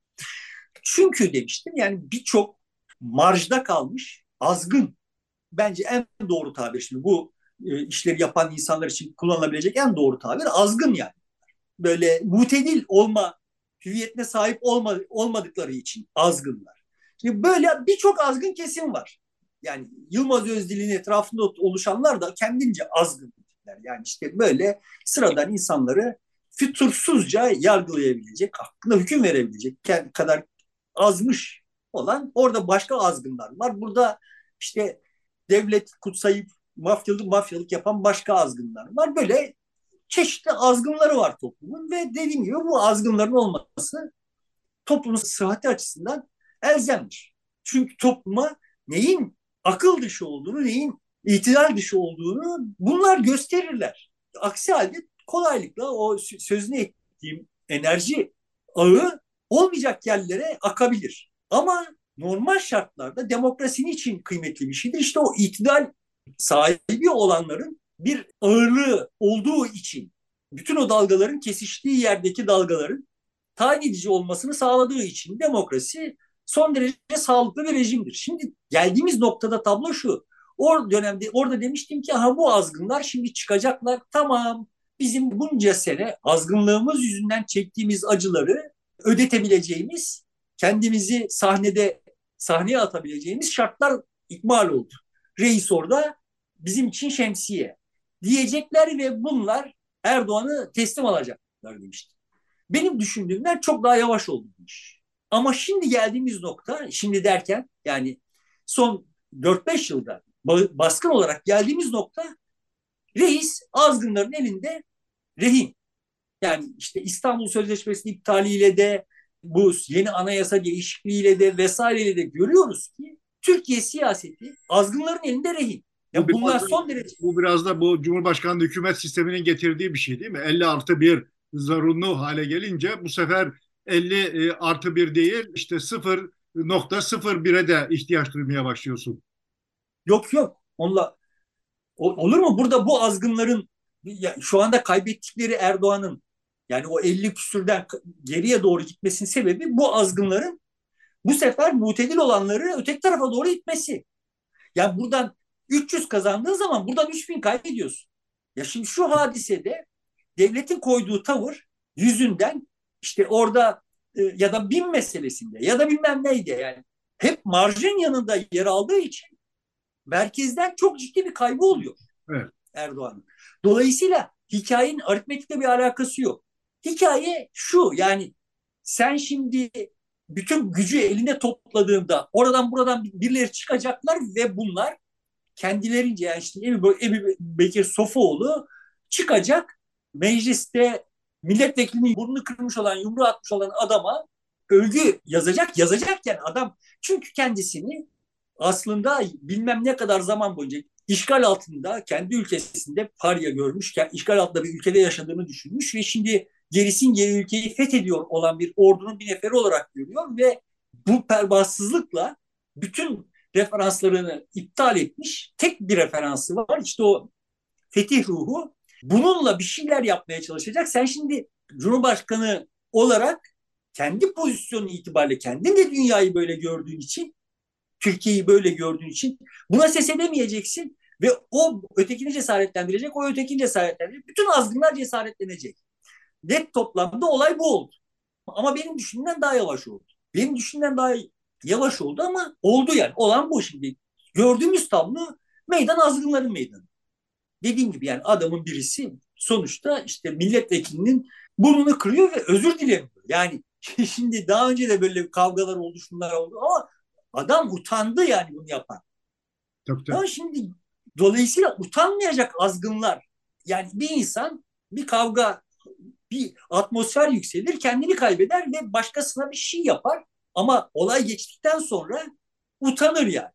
Çünkü demiştim yani birçok marjda kalmış azgın. Bence en doğru tabir şimdi bu e, işleri yapan insanlar için kullanılabilecek en doğru tabir azgın yani. Böyle mutedil olma hüviyetine sahip olma, olmadıkları için azgınlar. Şimdi böyle birçok azgın kesim var. Yani Yılmaz Özdil'in etrafında oluşanlar da kendince azgın. Yani işte böyle sıradan insanları fütursuzca yargılayabilecek, hakkında hüküm verebilecek kadar azmış olan orada başka azgınlar var. Burada işte devlet kutsayıp mafyalık mafyalık yapan başka azgınlar var. Böyle çeşitli azgınları var toplumun ve dediğim gibi bu azgınların olması toplumun sıhhati açısından elzemdir. Çünkü topluma neyin akıl dışı olduğunu, neyin itidal dışı olduğunu bunlar gösterirler. Aksi halde kolaylıkla o sözünü ettiğim enerji ağı olmayacak yerlere akabilir. Ama normal şartlarda demokrasinin için kıymetli bir şeydir. İşte o itidal sahibi olanların bir ağırlığı olduğu için bütün o dalgaların kesiştiği yerdeki dalgaların tayin edici olmasını sağladığı için demokrasi son derece sağlıklı bir rejimdir. Şimdi geldiğimiz noktada tablo şu. O dönemde orada demiştim ki aha bu azgınlar şimdi çıkacaklar. Tamam bizim bunca sene azgınlığımız yüzünden çektiğimiz acıları ödetebileceğimiz, kendimizi sahnede sahneye atabileceğimiz şartlar ikmal oldu. Reis orada bizim için şemsiye diyecekler ve bunlar Erdoğan'ı teslim alacaklar demişti. Benim düşündüğümden çok daha yavaş oldu bu iş. Ama şimdi geldiğimiz nokta, şimdi derken yani son dört beş yılda baskın olarak geldiğimiz nokta reis azgınların elinde rehin. Yani işte İstanbul Sözleşmesi'nin iptaliyle de bu yeni anayasa değişikliğiyle de vesaireyle de görüyoruz ki Türkiye siyaseti azgınların elinde rehin. Bu Ya biraz bunlar da, son derece bu biraz da bu Cumhurbaşkanlığı hükümet sisteminin getirdiği bir şey değil mi? elli artı bir zorunlu hale gelince bu sefer elli e, artı bir değil işte sıfır nokta sıfır bire de ihtiyaç duymaya başlıyorsun. yok yok. Onunla olur mu? Burada bu azgınların ya, şu anda kaybettikleri Erdoğan'ın yani o elli küsürden geriye doğru gitmesinin sebebi bu azgınların bu sefer mutedil olanları öteki tarafa doğru itmesi. Yani buradan üç yüz kazandığın zaman buradan üç bin kaybediyorsun. Ya şimdi şu hadisede devletin koyduğu tavır yüzünden işte orada e, ya da bin meselesinde ya da bilmem neydi yani hep marjın yanında yer aldığı için merkezden çok ciddi bir kaybı oluyor. Evet. Erdoğan'ın. Dolayısıyla hikayenin aritmetikle bir alakası yok. Hikaye şu yani sen şimdi bütün gücü elinde topladığında oradan buradan birileri çıkacaklar ve bunlar kendilerince yani işte Ebu, Ebu Bekir Sofuoğlu çıkacak mecliste milletvekilinin burnunu kırmış olan yumruğu atmış olan adama övgü yazacak yazacakken adam çünkü kendisini aslında bilmem ne kadar zaman boyunca işgal altında kendi ülkesinde parya görmüş, işgal altında bir ülkede yaşadığını düşünmüş ve şimdi gerisin geri ülkeyi fethediyor olan bir ordunun bir neferi olarak görüyor ve bu pervasızlıkla bütün referanslarını iptal etmiş. Tek bir referansı var. İşte o fetih ruhu. Bununla bir şeyler yapmaya çalışacak. Sen şimdi Cumhurbaşkanı olarak kendi pozisyonun itibariyle kendin de dünyayı böyle gördüğün için Türkiye'yi böyle gördüğün için buna ses edemeyeceksin ve o ötekini cesaretlendirecek, o ötekini cesaretlendirecek. Bütün azgınlar cesaretlenecek. Net toplamda olay bu oldu. Ama benim düşündüğümden daha yavaş oldu. Benim düşündüğümden daha yavaş oldu ama oldu yani. Olan bu şimdi. Gördüğümüz tablo meydan azgınların meydanı. Dediğim gibi yani adamın birisi sonuçta işte milletvekilinin burnunu kırıyor ve özür dilemiyor. Yani şimdi daha önce de böyle kavgalar oldu, şunlar oldu ama adam utandı yani bunu yapan. Tabii, tabii. Ama şimdi dolayısıyla utanmayacak azgınlar yani bir insan bir kavga bir atmosfer yükselir, kendini kaybeder ve başkasına bir şey yapar. Ama olay geçtikten sonra utanır yani.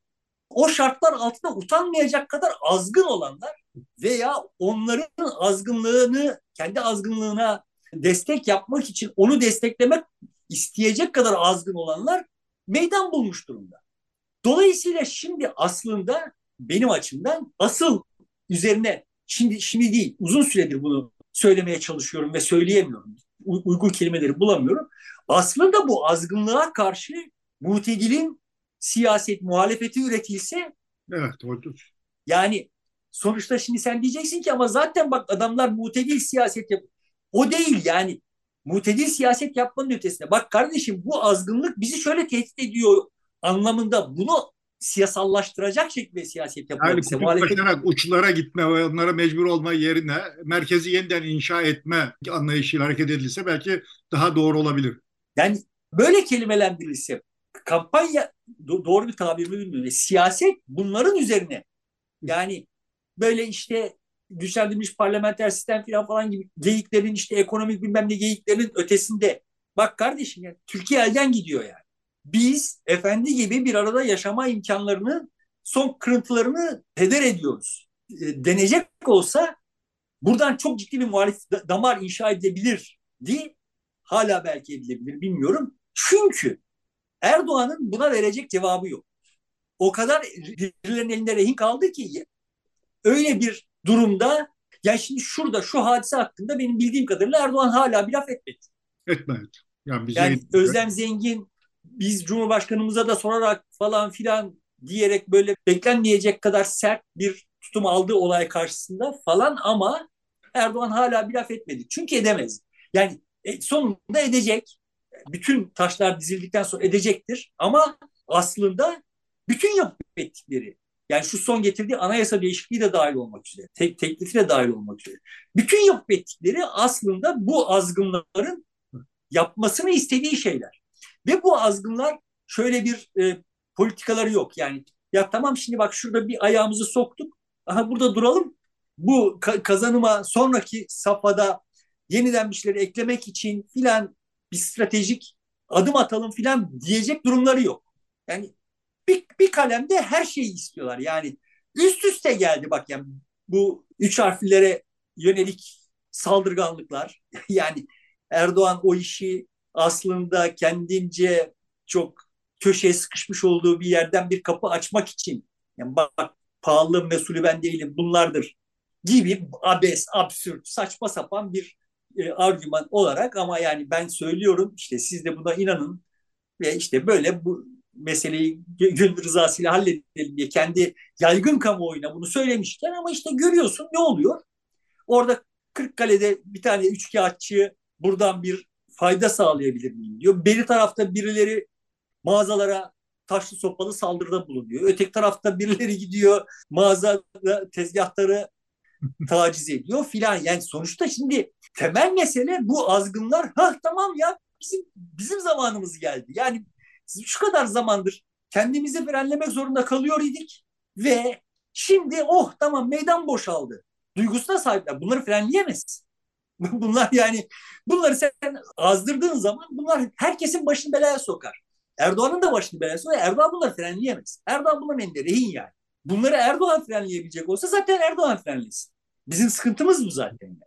o şartlar altında utanmayacak kadar azgın olanlar veya onların azgınlığını, kendi azgınlığına destek yapmak için onu desteklemek isteyecek kadar azgın olanlar meydan bulmuş durumda. Dolayısıyla şimdi aslında benim açımdan asıl üzerine şimdi şimdi değil, uzun süredir bunu söylemeye çalışıyorum ve söyleyemiyorum. Uygun kelimeleri bulamıyorum. Aslında bu azgınlığa karşı mutedilin siyaset muhalefeti üretilse, Evet, o- yani sonuçta şimdi sen diyeceksin ki ama zaten bak adamlar mutedil siyaset yapıyor. O değil yani. Mutedil siyaset yapmanın ötesinde. Bak kardeşim, bu azgınlık bizi şöyle tehdit ediyor anlamında bunu siyasallaştıracak şekilde siyaset yani yapılabilse. Muhalefet, kutuplaşarak uçlara gitme ve onlara mecbur olma yerine merkezi yeniden inşa etme anlayışıyla hareket edilse belki daha doğru olabilir. yani böyle kelimelendirilse, kampanya do- doğru bir tabir mi bilmiyorum. Siyaset bunların üzerine, yani böyle işte güçlendirilmiş parlamenter sistem falan falan gibi geyiklerin, işte ekonomik bilmem ne geyiklerin ötesinde. Bak kardeşim, ya Türkiye elden gidiyor yani. Biz efendi gibi bir arada yaşama imkanlarının son kırıntılarını heder ediyoruz. E, denecek olsa buradan çok ciddi bir muhalif damar inşa edilebilirdi. Hala belki edilebilir, bilmiyorum. Çünkü Erdoğan'ın buna verecek cevabı yok. O kadar birilerinin elinde rehin kaldı ki öyle bir durumda, yani şimdi şurada şu hadise hakkında benim bildiğim kadarıyla Erdoğan hala bir laf etmedi. Etmez. Yani bize Yani Özlem Zengin biz Cumhurbaşkanımıza da sorarak falan filan diyerek böyle beklenmeyecek kadar sert bir tutum aldığı olay karşısında falan, ama Erdoğan hala bir laf etmedi. Çünkü edemez. Yani e, sonunda edecek. Bütün taşlar dizildikten sonra edecektir. Ama aslında bütün yapıp ettikleri, yani şu son getirdiği anayasa değişikliği de dahil olmak üzere, tek, teklifi de dahil olmak üzere, bütün yapıp ettikleri aslında bu azgınların yapmasını istediği şeyler. Ve bu azgınlar şöyle bir e, politikaları yok. Yani ya tamam, şimdi bak şurada bir ayağımızı soktuk. Aha burada duralım. Bu ka- kazanıma sonraki safhada yeniden bir şeyleri eklemek için filan bir stratejik adım atalım filan diyecek durumları yok. Yani bir, bir kalemde her şeyi istiyorlar. Yani üst üste geldi bak, yani bu üç harflere yönelik saldırganlıklar. Yani Erdoğan o işi aslında kendince çok köşeye sıkışmış olduğu bir yerden bir kapı açmak için, yani bak pahalı mesulü ben değilim bunlardır gibi abes, absürt, saçma sapan bir e, argüman olarak, ama yani ben söylüyorum işte, siz de buna inanın ve işte böyle bu meseleyi gönül rızasıyla halledelim diye kendi yaygın kamuoyuna bunu söylemişken, ama işte görüyorsun ne oluyor? Orada Kırıkkale'de bir tane üçkağıtçı buradan bir fayda sağlayabilir miyim diyor. Beri tarafta birileri mağazalara taşlı sopalı saldırıda bulunuyor. Öteki tarafta birileri gidiyor mağaza tezgahları taciz ediyor filan. Yani sonuçta şimdi temel mesele bu azgınlar. Ha tamam ya, bizim bizim zamanımız geldi. Yani şu kadar zamandır kendimizi frenlemek zorunda kalıyor idik ve şimdi oh tamam meydan boşaldı duygusuna sahipler. Bunları frenleyemez. Bunlar yani, bunları sen azdırdığın zaman bunlar herkesin başını belaya sokar. Erdoğan'ın da başını belaya sokar. Erdoğan bunları frenleyemez. Erdoğan bunların elinde rehin yani. Bunları Erdoğan frenleyebilecek olsa zaten Erdoğan frenlesin. Bizim sıkıntımız bu zaten.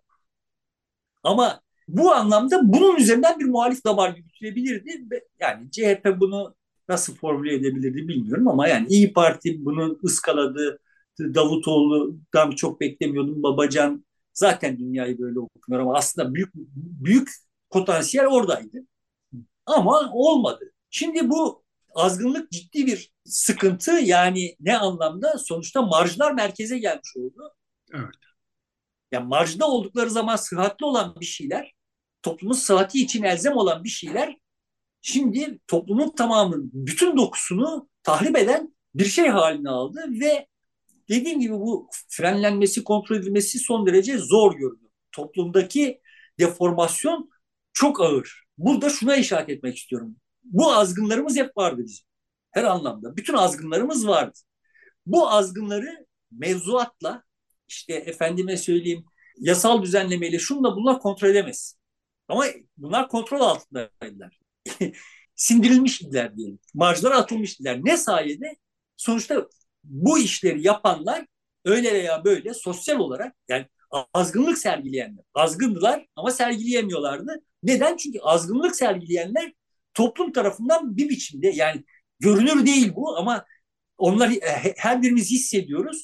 Ama bu anlamda bunun üzerinden bir muhalif damar yürütülebilirdi. Yani C H P bunu nasıl formüle edebilirdi bilmiyorum, ama yani İyi Parti bunu ıskaladı. Davutoğlu'dan çok beklemiyordum. Babacan zaten dünyayı böyle okumuyor, ama aslında büyük büyük potansiyel oradaydı. Ama olmadı. Şimdi bu azgınlık ciddi bir sıkıntı. Yani ne anlamda? Sonuçta marjlar merkeze gelmiş oldu. evet. Yani marjda oldukları zaman sıhhatli olan bir şeyler, toplumun sıhhati için elzem olan bir şeyler, şimdi toplumun tamamının bütün dokusunu tahrip eden bir şey haline aldı ve dediğim gibi bu frenlenmesi, kontrol edilmesi son derece zor görünüyor. Toplumdaki deformasyon çok ağır. Burada şuna işaret etmek istiyorum. Bu azgınlarımız hep vardı bizim. Her anlamda. Bütün azgınlarımız vardı. Bu azgınları mevzuatla, işte efendime söyleyeyim, yasal düzenlemeyle şunla bunlar kontrol edemez. Ama bunlar kontrol altındaydılar. Sindirilmiş idiler diyelim. Marjlara atılmış idiler. Ne sayede? Sonuçta bu işleri yapanlar öyle veya böyle sosyal olarak yani azgınlık sergileyenler. Azgındılar ama sergileyemiyorlardı. Neden? Çünkü azgınlık sergileyenler toplum tarafından bir biçimde yani görünür değil bu ama onlar her birimiz hissediyoruz.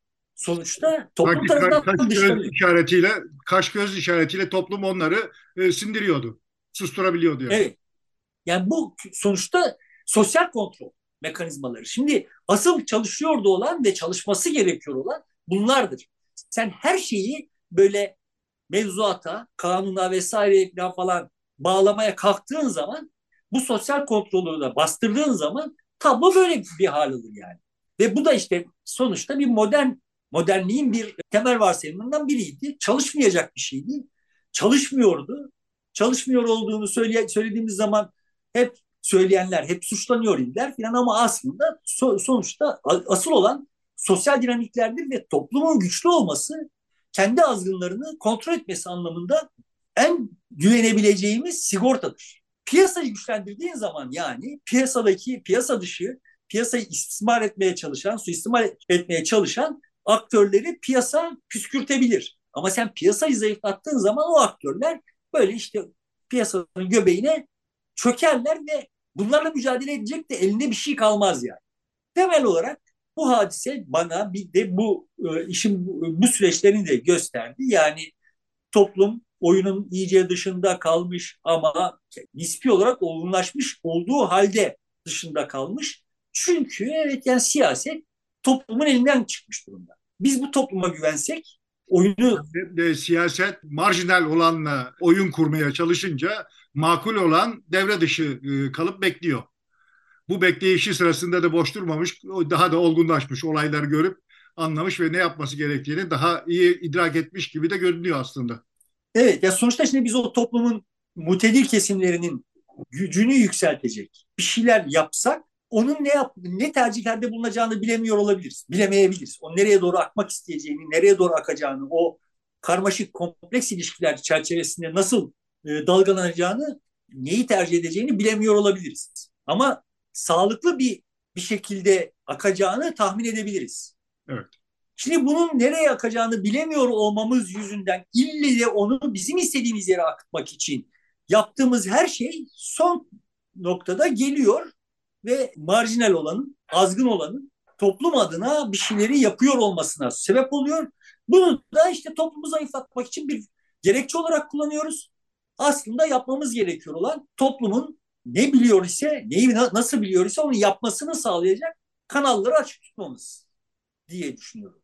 Sonuçta toplum Sanki ka- tarafından kaş göz dışlanıyor. işaretiyle kaş göz işaretiyle toplum onları e, sindiriyordu. Susturabiliyordu yani. Evet. Yani bu sonuçta sosyal kontrol mekanizmaları. Şimdi asıl çalışıyordu olan ve çalışması gerekiyor olan bunlardır. Sen her şeyi böyle mevzuata, kanuna vesaire falan bağlamaya kalktığın zaman bu sosyal kontrolü de bastırdığın zaman tablo böyle bir hal alır yani. Ve bu da işte sonuçta bir modern modernliğin bir temel varsayımından biriydi. Çalışmayacak bir şeydi. Çalışmıyordu. Çalışmıyor olduğunu söyle, söylediğimiz zaman hep söyleyenler hep suçlanıyor idiler filan ama aslında so, sonuçta asıl olan sosyal dinamiklerdir ve toplumun güçlü olması kendi azgınlarını kontrol etmesi anlamında en güvenebileceğimiz sigortadır. Piyasayı güçlendirdiğin zaman yani piyasadaki piyasa dışı piyasayı istismar etmeye çalışan, suistimal etmeye çalışan aktörleri piyasa püskürtebilir. Ama sen piyasayı zayıflattığın zaman o aktörler böyle işte piyasanın göbeğine çökerler ve bunlarla mücadele edecek de elinde bir şey kalmaz yani. Temel olarak bu hadise bana bir de bu e, işin bu, bu süreçlerini de gösterdi. Yani toplum oyunun iyice dışında kalmış ama nispi olarak olgunlaşmış olduğu halde dışında kalmış. Çünkü evet yani siyaset toplumun elinden çıkmış durumda. Biz bu topluma güvensek oyunu De, de, siyaset marjinal olanla oyun kurmaya çalışınca makul olan devre dışı e, kalıp bekliyor. Bu bekleyişi sırasında da boş durmamış, daha da olgunlaşmış, olayları görüp anlamış ve ne yapması gerektiğini daha iyi idrak etmiş gibi de görünüyor aslında. evet ya sonuçta şimdi biz o toplumun mutedil kesimlerinin gücünü yükseltecek bir şeyler yapsak onun ne yap ne tercihlerde bulunacağını bilemiyor olabiliriz. Bilemeyebiliriz. O nereye doğru akmak isteyeceğini, nereye doğru akacağını, o karmaşık kompleks ilişkiler çerçevesinde nasıl e, dalgalanacağını, neyi tercih edeceğini bilemiyor olabiliriz. Ama sağlıklı bir bir şekilde akacağını tahmin edebiliriz. Evet. Şimdi bunun nereye akacağını bilemiyor olmamız yüzünden ille de onu bizim istediğimiz yere akıtmak için yaptığımız her şey son noktada geliyor ve marjinal olanın, azgın olanın toplum adına bir şeyleri yapıyor olmasına sebep oluyor. Bunu da işte toplumu zayıflatmak için bir gerekçe olarak kullanıyoruz. Aslında yapmamız gerekiyor olan toplumun ne biliyor ise, neyi nasıl biliyor ise onu yapmasını sağlayacak kanalları açık tutmamız diye düşünüyorum.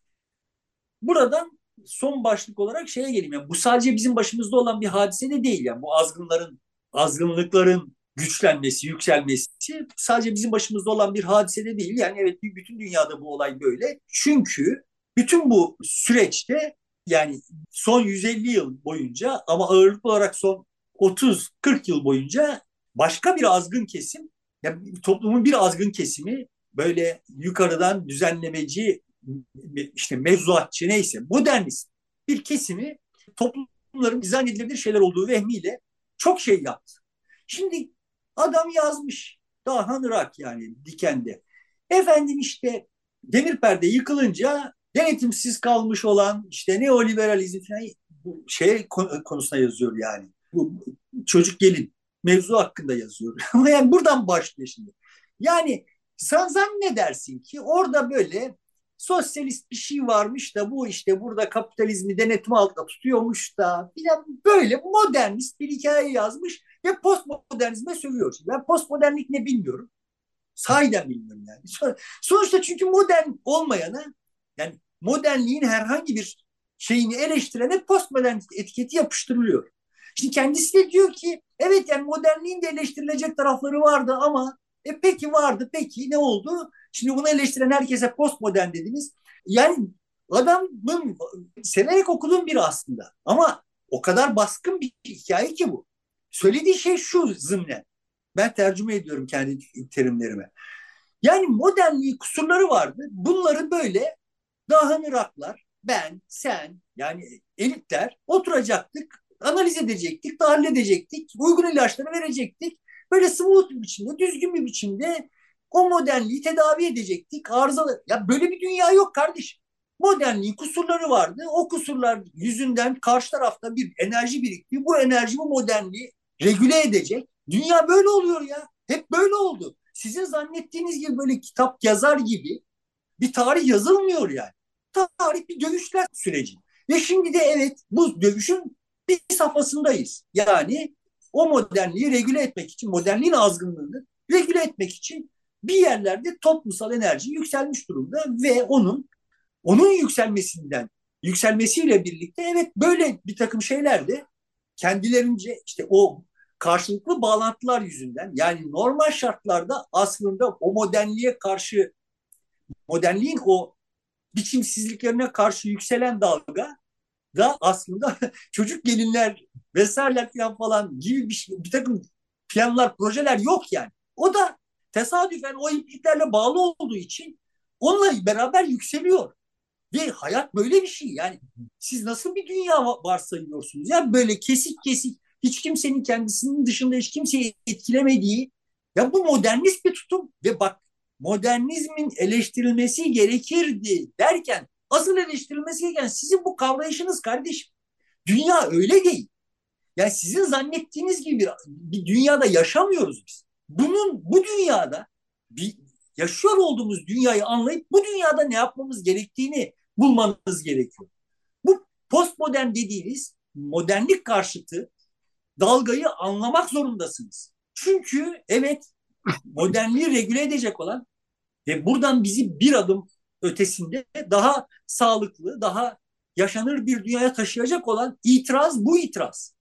Buradan son başlık olarak şeye geleyim. Yani bu sadece bizim başımızda olan bir hadise de değil. Yani bu azgınların, azgınlıkların güçlenmesi, yükselmesi sadece bizim başımızda olan bir hadise de değil. Yani evet bütün dünyada bu olay böyle. Çünkü bütün bu süreçte yani son yüz elli yıl boyunca ama ağırlıklı olarak son otuz kırk yıl boyunca başka bir azgın kesim, yani toplumun bir azgın kesimi böyle yukarıdan düzenlemeci işte mevzuatçı neyse modernist bir kesimi toplumların dizayn edilebilir şeyler olduğu vehmiyle çok şey yaptı. Şimdi adam yazmış Dahan Irak yani Diken'de. Efendim işte demir perde yıkılınca denetimsiz kalmış olan işte neoliberalizm falan bu şey konusuna yazıyor yani. Bu çocuk gelin mevzu hakkında yazıyor. Ama yani buradan başlıyor şimdi. Yani sen zannedersin ki orada böyle sosyalist bir şey varmış da bu işte burada kapitalizmi denetim altında tutuyormuş da filan böyle modernist bir hikaye yazmış ve postmodernizme sövüyor. Ben postmodernlik ne bilmiyorum. Sahiden bilmiyorum yani. Sonuçta çünkü modern olmayana yani modernliğin herhangi bir şeyini eleştirene postmodern etiketi yapıştırılıyor. Şimdi kendisi de diyor ki evet yani modernliğin de eleştirilecek tarafları vardı ama e peki vardı peki ne oldu? Şimdi bunu eleştiren herkese postmodern dediniz. Yani adamın severek okuduğum biri aslında ama o kadar baskın bir hikaye ki bu. Söylediği şey şu zımnen. Ben tercüme ediyorum kendi terimlerime. Yani modernliği kusurları vardı. Bunları böyle Dahan Iraklar, ben, sen yani elitler oturacaktık, analiz edecektik, tahlil edecektik, uygun ilaçları verecektik. Böyle smooth bir biçimde, düzgün bir biçimde O modernliği tedavi edecektik. Arızalı. Ya böyle bir dünya yok kardeşim. Modernliğin kusurları vardı. O kusurlar yüzünden karşı tarafta bir enerji birikti. Bu enerji bu modernliği regüle edecek. Dünya böyle oluyor ya. Hep böyle oldu. Sizin zannettiğiniz gibi böyle kitap yazar gibi bir tarih yazılmıyor yani. Tarih bir dövüşler süreci. Ve şimdi de evet bu dövüşün bir safhasındayız. Yani o modernliği regüle etmek için, modernliğin azgınlığını regüle etmek için bir yerlerde toplumsal enerji yükselmiş durumda ve onun onun yükselmesinden yükselmesiyle birlikte evet böyle bir takım şeyler de kendilerince işte o karşılıklı bağlantılar yüzünden yani normal şartlarda aslında o modernliğe karşı modernliğin o biçimsizliklerine karşı yükselen dalga da aslında çocuk gelinler vesaireler falan falan gibi bir, şey, bir takım planlar, projeler yok yani. O da tesadüfen o ipliklerle bağlı olduğu için onunla beraber yükseliyor. Ve hayat böyle bir şey. Yani siz nasıl bir dünya varsayıyorsunuz? Ya böyle kesik kesik hiç kimsenin kendisinin dışında hiç kimseyi etkilemediği ya bu modernist bir tutum ve bak modernizmin eleştirilmesi gerekirdi derken asıl eleştirilmesi gereken sizin bu kavrayışınız kardeşim. Dünya öyle değil. Yani sizin zannettiğiniz gibi bir, bir dünyada yaşamıyoruz biz. Bunun bu dünyada bir yaşıyor olduğumuz dünyayı anlayıp bu dünyada ne yapmamız gerektiğini bulmanız gerekiyor. Bu postmodern dediğiniz modernlik karşıtı dalgayı anlamak zorundasınız. Çünkü evet modernliği regüle edecek olan ve buradan bizi bir adım ötesinde daha sağlıklı, daha yaşanır bir dünyaya taşıyacak olan itiraz bu itiraz.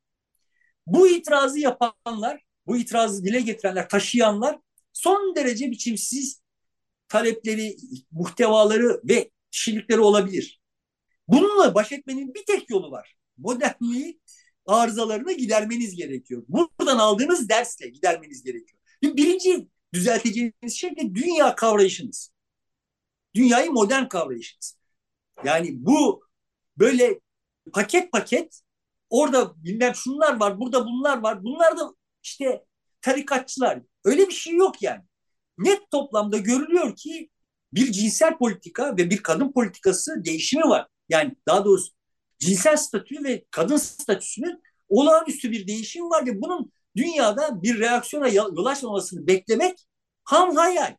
Bu itirazı yapanlar, bu itirazı dile getirenler, taşıyanlar son derece biçimsiz talepleri, muhtevaları ve kişilikleri olabilir. Bununla baş etmenin bir tek yolu var. Modernliği arızalarını gidermeniz gerekiyor. Buradan aldığınız dersle gidermeniz gerekiyor. Birinci düzelteceğiniz şey de dünya kavrayışınız. Dünyayı modern kavrayışınız. Yani bu böyle paket paket orada bilmem şunlar var, burada bunlar var. Bunlar da işte tarikatçılar. Öyle bir şey yok yani. Net toplamda görülüyor ki bir cinsel politika ve bir kadın politikası değişimi var. Yani daha doğrusu cinsel statü ve kadın statüsünün olağanüstü bir değişim var ve bunun dünyada bir reaksiyona yol açmamasını beklemek ham hayal.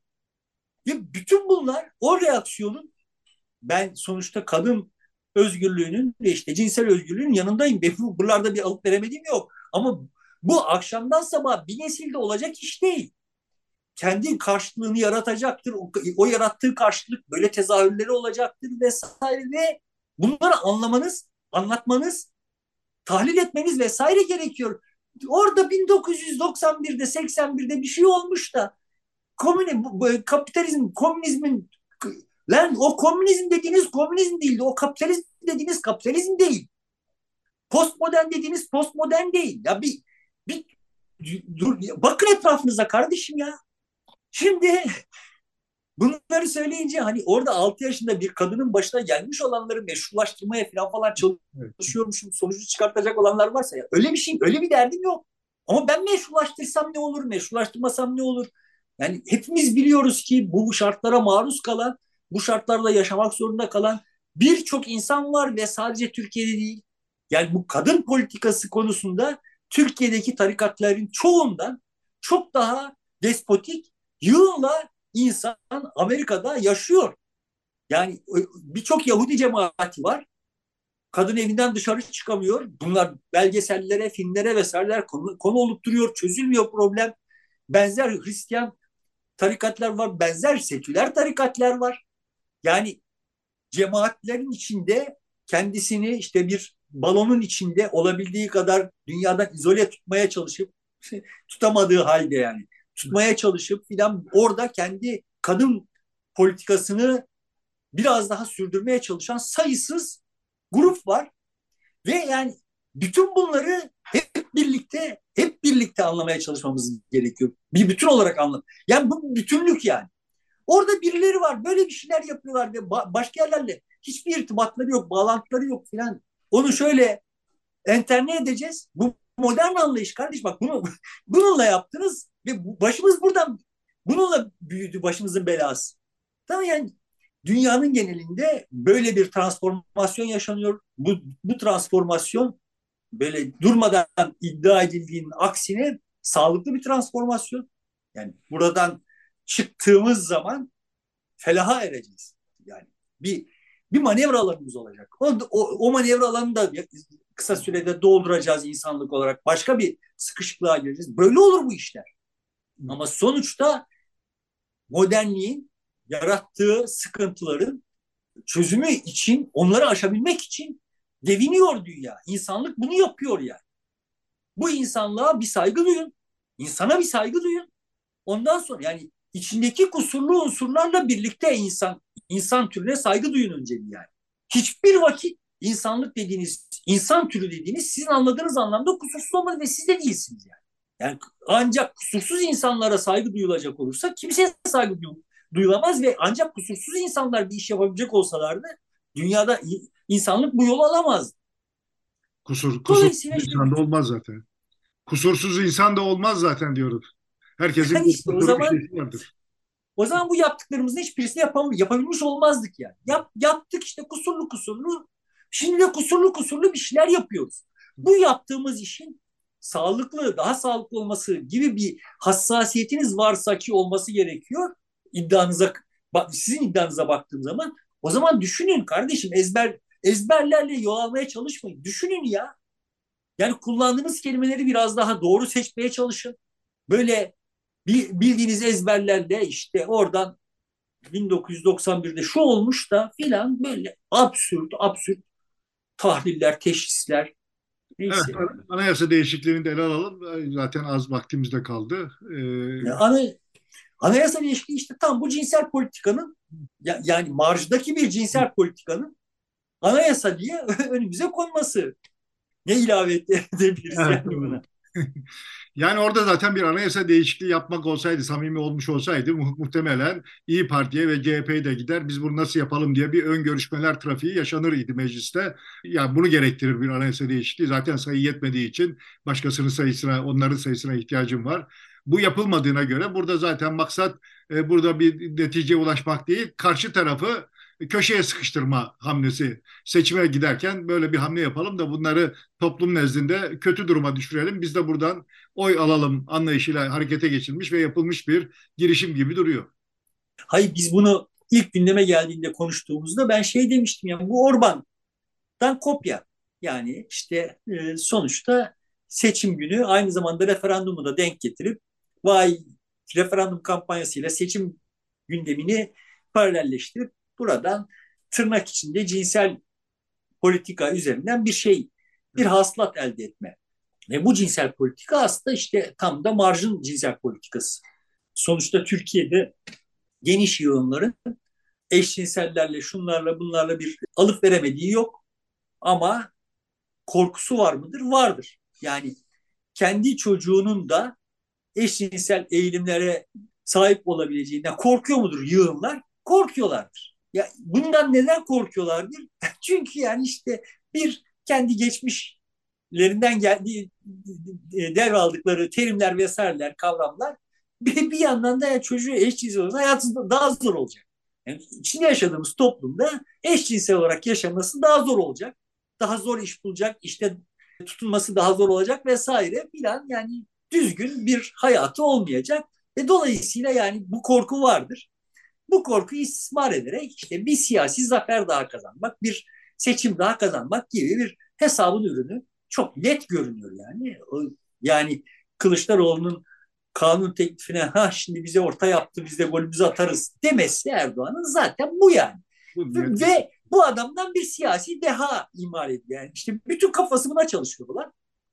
Ve bütün bunlar o reaksiyonun ben sonuçta kadın özgürlüğünün ve işte cinsel özgürlüğün yanındayım. Benim buralarda bir alıp veremediğim yok. Ama bu akşamdan sabah bir nesilde olacak iş değil. Kendi karşılığını yaratacaktır. O, o yarattığı karşılık böyle tezahürleri olacaktır vesaire ve bunları anlamanız, anlatmanız, tahlil etmeniz vesaire gerekiyor. Orada bin dokuz yüz doksan birde, seksen birde bir şey olmuş da komün, kapitalizm, komünizmin lan o komünizm dediğiniz komünizm değildi. O kapitalizm dediğiniz kapitalizm değil. Postmodern dediğiniz postmodern değil. Ya bir, bir dur, bakın etrafınıza kardeşim ya. Şimdi bunları söyleyince hani orada altı yaşında bir kadının başına gelmiş olanları meşrulaştırmaya falan falan çalışıyormuşum sonucu çıkartacak olanlar varsa ya öyle bir şey öyle bir derdim yok. Ama ben meşrulaştırsam ne olur, meşrulaştırmasam ne olur? Yani hepimiz biliyoruz ki bu şartlara maruz kalan, bu şartlarda yaşamak zorunda kalan birçok insan var ve sadece Türkiye'de değil. Yani bu kadın politikası konusunda Türkiye'deki tarikatların çoğundan çok daha despotik, yığınla insan Amerika'da yaşıyor. Yani birçok Yahudi cemaati var. Kadın evinden dışarı çıkamıyor. Bunlar belgesellere, filmlere vesaireler konu, konu olup duruyor. Çözülmüyor problem. Benzer Hristiyan tarikatlar var. Benzer seküler tarikatlar var. Yani cemaatlerin içinde kendisini işte bir balonun içinde olabildiği kadar dünyadan izole tutmaya çalışıp tutamadığı halde yani tutmaya çalışıp filan orada kendi kadın politikasını biraz daha sürdürmeye çalışan sayısız grup var ve yani bütün bunları hep birlikte hep birlikte anlamaya çalışmamız gerekiyor. Bir bütün olarak anlam. Yani bu bütünlük yani. Orada birileri var böyle bir şeyler yapıyorlar ve başka yerlerle hiçbir irtibatları yok, bağlantıları yok filan. Onu şöyle enterne edeceğiz. Bu modern anlayış kardeş bak bunu bununla yaptınız ve başımız buradan Bununla büyüdü başımızın belası. Tamam yani dünyanın genelinde böyle bir transformasyon yaşanıyor. Bu, bu transformasyon böyle durmadan iddia edildiğinin aksine sağlıklı bir transformasyon. Yani buradan çıktığımız zaman felaha ereceğiz. Yani bir bir manevra alanımız olacak. O, o, o manevra alanını da kısa sürede dolduracağız insanlık olarak. Başka bir sıkışıklığa gireceğiz. Böyle olur bu işler. Ama sonuçta modernliğin yarattığı sıkıntıların çözümü için, onları aşabilmek için deviniyor dünya. İnsanlık bunu yapıyor yani. Bu insanlığa bir saygı duyun. İnsana bir saygı duyun. Ondan sonra yani içindeki kusurlu unsurlarla birlikte insan insan türüne saygı duyun önce yani. Hiçbir vakit insanlık dediğiniz, insan türü dediğiniz sizin anladığınız anlamda kusursuz olmadı ve siz de değilsiniz yani. Yani ancak kusursuz insanlara saygı duyulacak olursa kimseye saygı duyulamaz ve ancak kusursuz insanlar bir iş yapabilecek olsalardı dünyada insanlık bu yolu alamaz. Kusur, kusursuz Dolayısıyla işte, insan da olmaz zaten. Kusursuz insan da olmaz zaten diyorum. Herkesin yani bir işte o kusuru bir zaman şeysi vardır. O zaman bu yaptıklarımızın hiçbirisini yapam yapabilmiş olmazdık yani. Yap, yaptık işte kusurlu kusurlu. Şimdi de kusurlu kusurlu bir şeyler yapıyoruz. Bu yaptığımız işin sağlıklı, daha sağlıklı olması gibi bir hassasiyetiniz varsa ki olması gerekiyor. İddianıza, sizin iddianıza baktığım zaman o zaman düşünün kardeşim ezber ezberlerle yol almaya çalışmayın. Düşünün ya. Yani kullandığınız kelimeleri biraz daha doğru seçmeye çalışın. Böyle bildiğiniz ezberlerle işte oradan bin dokuz yüz doksan birde şu olmuş da filan böyle absürt absürt tahliller, teşhisler Evet, neyse. anayasa değişikliğini de ele alalım. Zaten az vaktimiz de kaldı. Yani Ee, ana, anayasa değişikliği işte tam bu cinsel politikanın ya, yani marjdaki bir cinsel politikanın anayasa diye önümüze konması. Ne ilave edebiliriz evet, yani doğru. buna? Yani orada zaten bir anayasa değişikliği yapmak olsaydı, samimi olmuş olsaydı mu muhtemelen İyi Parti'ye ve C H P'ye de gider. Biz bunu nasıl yapalım diye bir ön görüşmeler trafiği yaşanır idi mecliste. Yani bunu gerektirir bir anayasa değişikliği. Zaten sayı yetmediği için başkasının sayısına, onların sayısına ihtiyacım var. Bu yapılmadığına göre burada zaten maksat e, burada bir neticeye ulaşmak değil, karşı tarafı köşeye sıkıştırma hamlesi. Seçime giderken böyle bir hamle yapalım da bunları toplum nezdinde kötü duruma düşürelim. Biz de buradan oy alalım anlayışıyla harekete geçilmiş ve yapılmış bir girişim gibi duruyor. Hayır biz bunu ilk gündeme geldiğinde konuştuğumuzda ben şey demiştim ya bu Orban'dan kopya. Yani işte e, sonuçta seçim günü aynı zamanda referandumu da denk getirip vay referandum kampanyasıyla seçim gündemini paralelleştirip buradan tırnak içinde cinsel politika üzerinden bir şey, bir hasılat elde etme. Ve bu cinsel politika aslında işte tam da marjın cinsel politikası. Sonuçta Türkiye'de geniş yığınların eşcinsellerle, şunlarla, bunlarla bir alıp veremediği yok. Ama korkusu var mıdır? Vardır. Yani kendi çocuğunun da eşcinsel eğilimlere sahip olabileceğinden korkuyor mudur yığınlar? Korkuyorlardır. Ya bundan neden korkuyorlardır? Çünkü yani işte bir kendi geçmişlerinden geldiği devraldıkları terimler vesaireler, kavramlar bir, bir yandan da ya çocuğu eşcinsel olursa hayatı daha zor olacak. Yani içinde yaşadığımız toplumda eşcinsel olarak yaşaması daha zor olacak. Daha zor iş bulacak, işte tutunması daha zor olacak vesaire filan yani düzgün bir hayatı olmayacak. Ve dolayısıyla yani bu korku vardır. Bu korkuyu istismar ederek işte bir siyasi zafer daha kazanmak, bir seçim daha kazanmak gibi bir hesabın ürünü çok net görünüyor yani. Yani Kılıçdaroğlu'nun kanun teklifine ha şimdi bize orta yaptı biz de golümüzü atarız demesi Erdoğan'ın zaten bu yani. Bu Ve bu adamdan bir siyasi deha imal ediyor. Yani işte bütün kafası buna çalışıyorlar.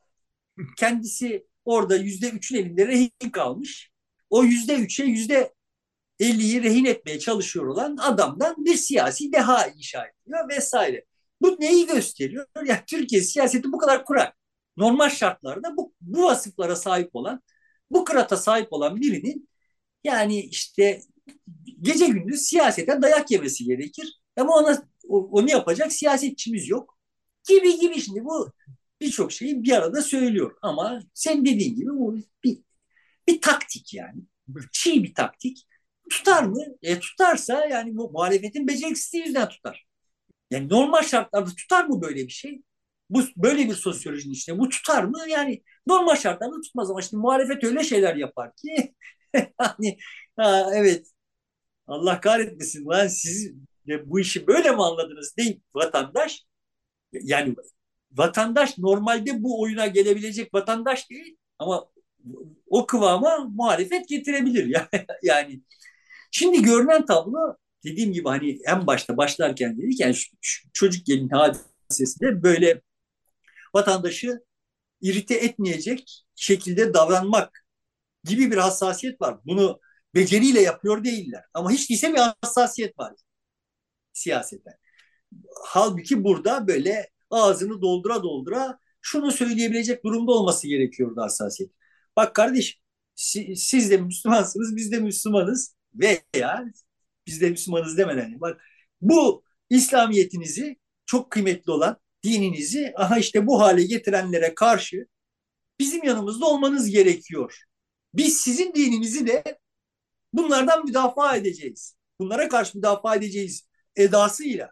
Kendisi orada yüzde üçün elinde rehin kalmış. O yüzde üçe yüzde elliyi rehin etmeye çalışıyor olan adamdan bir siyasi deha inşa ediyor vesaire. Bu neyi gösteriyor? Yani Türkiye siyaseti bu kadar kurak. Normal şartlarda bu, bu vasıflara sahip olan, bu kırata sahip olan birinin yani işte gece gündüz siyaseten dayak yemesi gerekir. Ama ona onu yapacak siyasetçimiz yok. Gibi gibi şimdi bu birçok şeyi bir arada söylüyor. Ama sen dediğin gibi bu bir, bir taktik yani. Çiğ bir taktik. Tutar mı? E tutarsa yani bu muhalefetin beceriksizliği yüzünden tutar. Yani normal şartlarda tutar mı böyle bir şey? Bu böyle bir sosyolojinin içinde bu tutar mı? Yani normal şartlarda tutmaz ama şimdi muhalefet öyle şeyler yapar ki hani ha, evet Allah kahretmesin lan siz de bu işi böyle mi anladınız deyip vatandaş yani vatandaş normalde bu oyuna gelebilecek vatandaş değil ama o kıvama muhalefet getirebilir yani, yani şimdi görünen tablo dediğim gibi hani en başta başlarken dedik yani şu, şu çocuk gelin hadisesinde böyle vatandaşı irite etmeyecek şekilde davranmak gibi bir hassasiyet var. Bunu beceriyle yapıyor değiller. Ama hiç değilse bir hassasiyet var siyaseten. Halbuki burada böyle ağzını doldura doldura şunu söyleyebilecek durumda olması gerekiyordu hassasiyet. Bak kardeş siz de Müslümansınız biz de Müslümanız veya biz de Müslümanız demeden bak bu İslamiyetinizi çok kıymetli olan dininizi aha işte bu hale getirenlere karşı bizim yanımızda olmanız gerekiyor. Biz sizin dininizi de bunlardan müdafaa edeceğiz. Bunlara karşı müdafaa edeceğiz edasıyla,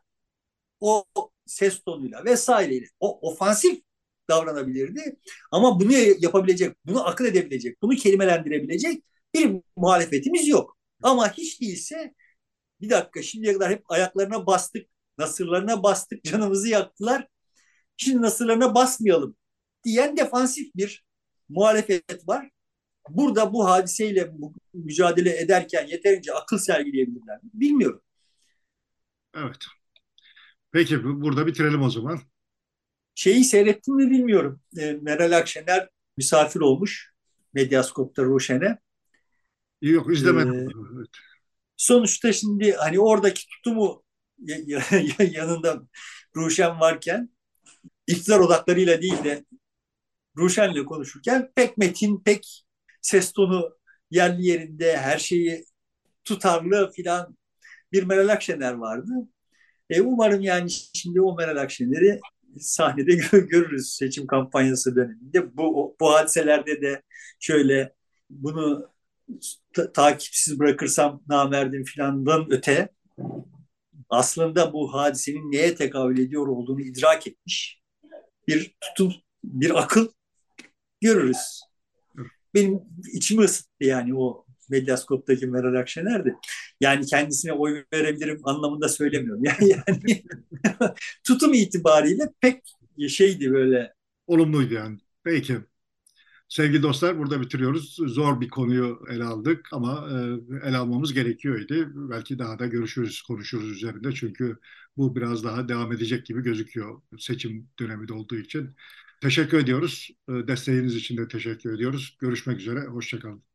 o ses tonuyla vesaireyle o ofansif davranabilirdi. Ama bunu yapabilecek, bunu akıl edebilecek, bunu kelimelendirebilecek bir muhalefetimiz yok. Ama hiç değilse bir dakika şimdiye kadar hep ayaklarına bastık, nasırlarına bastık, canımızı yaktılar. Şimdi nasırlarına basmayalım diyen defansif bir muhalefet var. Burada bu hadiseyle mücadele ederken yeterince akıl sergileyebilirler mi? Bilmiyorum. Evet. Peki burada bitirelim o zaman. Şeyi seyrettim mi bilmiyorum. E, Meral Akşener misafir olmuş Medyaskop'ta Ruşen'e. Yok izlemedim. E, Evet. sonuçta şimdi hani oradaki tutumu yanında Ruşen varken iktidar odaklarıyla değil de Ruşen'le konuşurken pek metin, pek ses tonu yerli yerinde her şeyi tutarlı filan bir Meral Akşener vardı. E, umarım yani şimdi o Meral Akşener'i sahnede görürüz seçim kampanyası döneminde. Bu, bu hadiselerde de şöyle bunu ta- takipsiz bırakırsam namerdim filandan öte aslında bu hadisenin neye tekabül ediyor olduğunu idrak etmiş bir tutum, bir akıl görürüz. Benim içimi ısıttı yani o Medyaskop'taki Meral Akşener'di. Yani kendisine oy verebilirim anlamında söylemiyorum. Yani, yani tutum itibariyle pek şeydi böyle. Olumluydu yani. Peki. Sevgili dostlar burada bitiriyoruz. Zor bir konuyu ele aldık ama e, ele almamız gerekiyordu. Belki daha da görüşürüz, konuşuruz üzerinde. Çünkü bu biraz daha devam edecek gibi gözüküyor seçim dönemi de olduğu için. Teşekkür ediyoruz. E, Desteğiniz için de teşekkür ediyoruz. Görüşmek üzere. Hoşçakalın.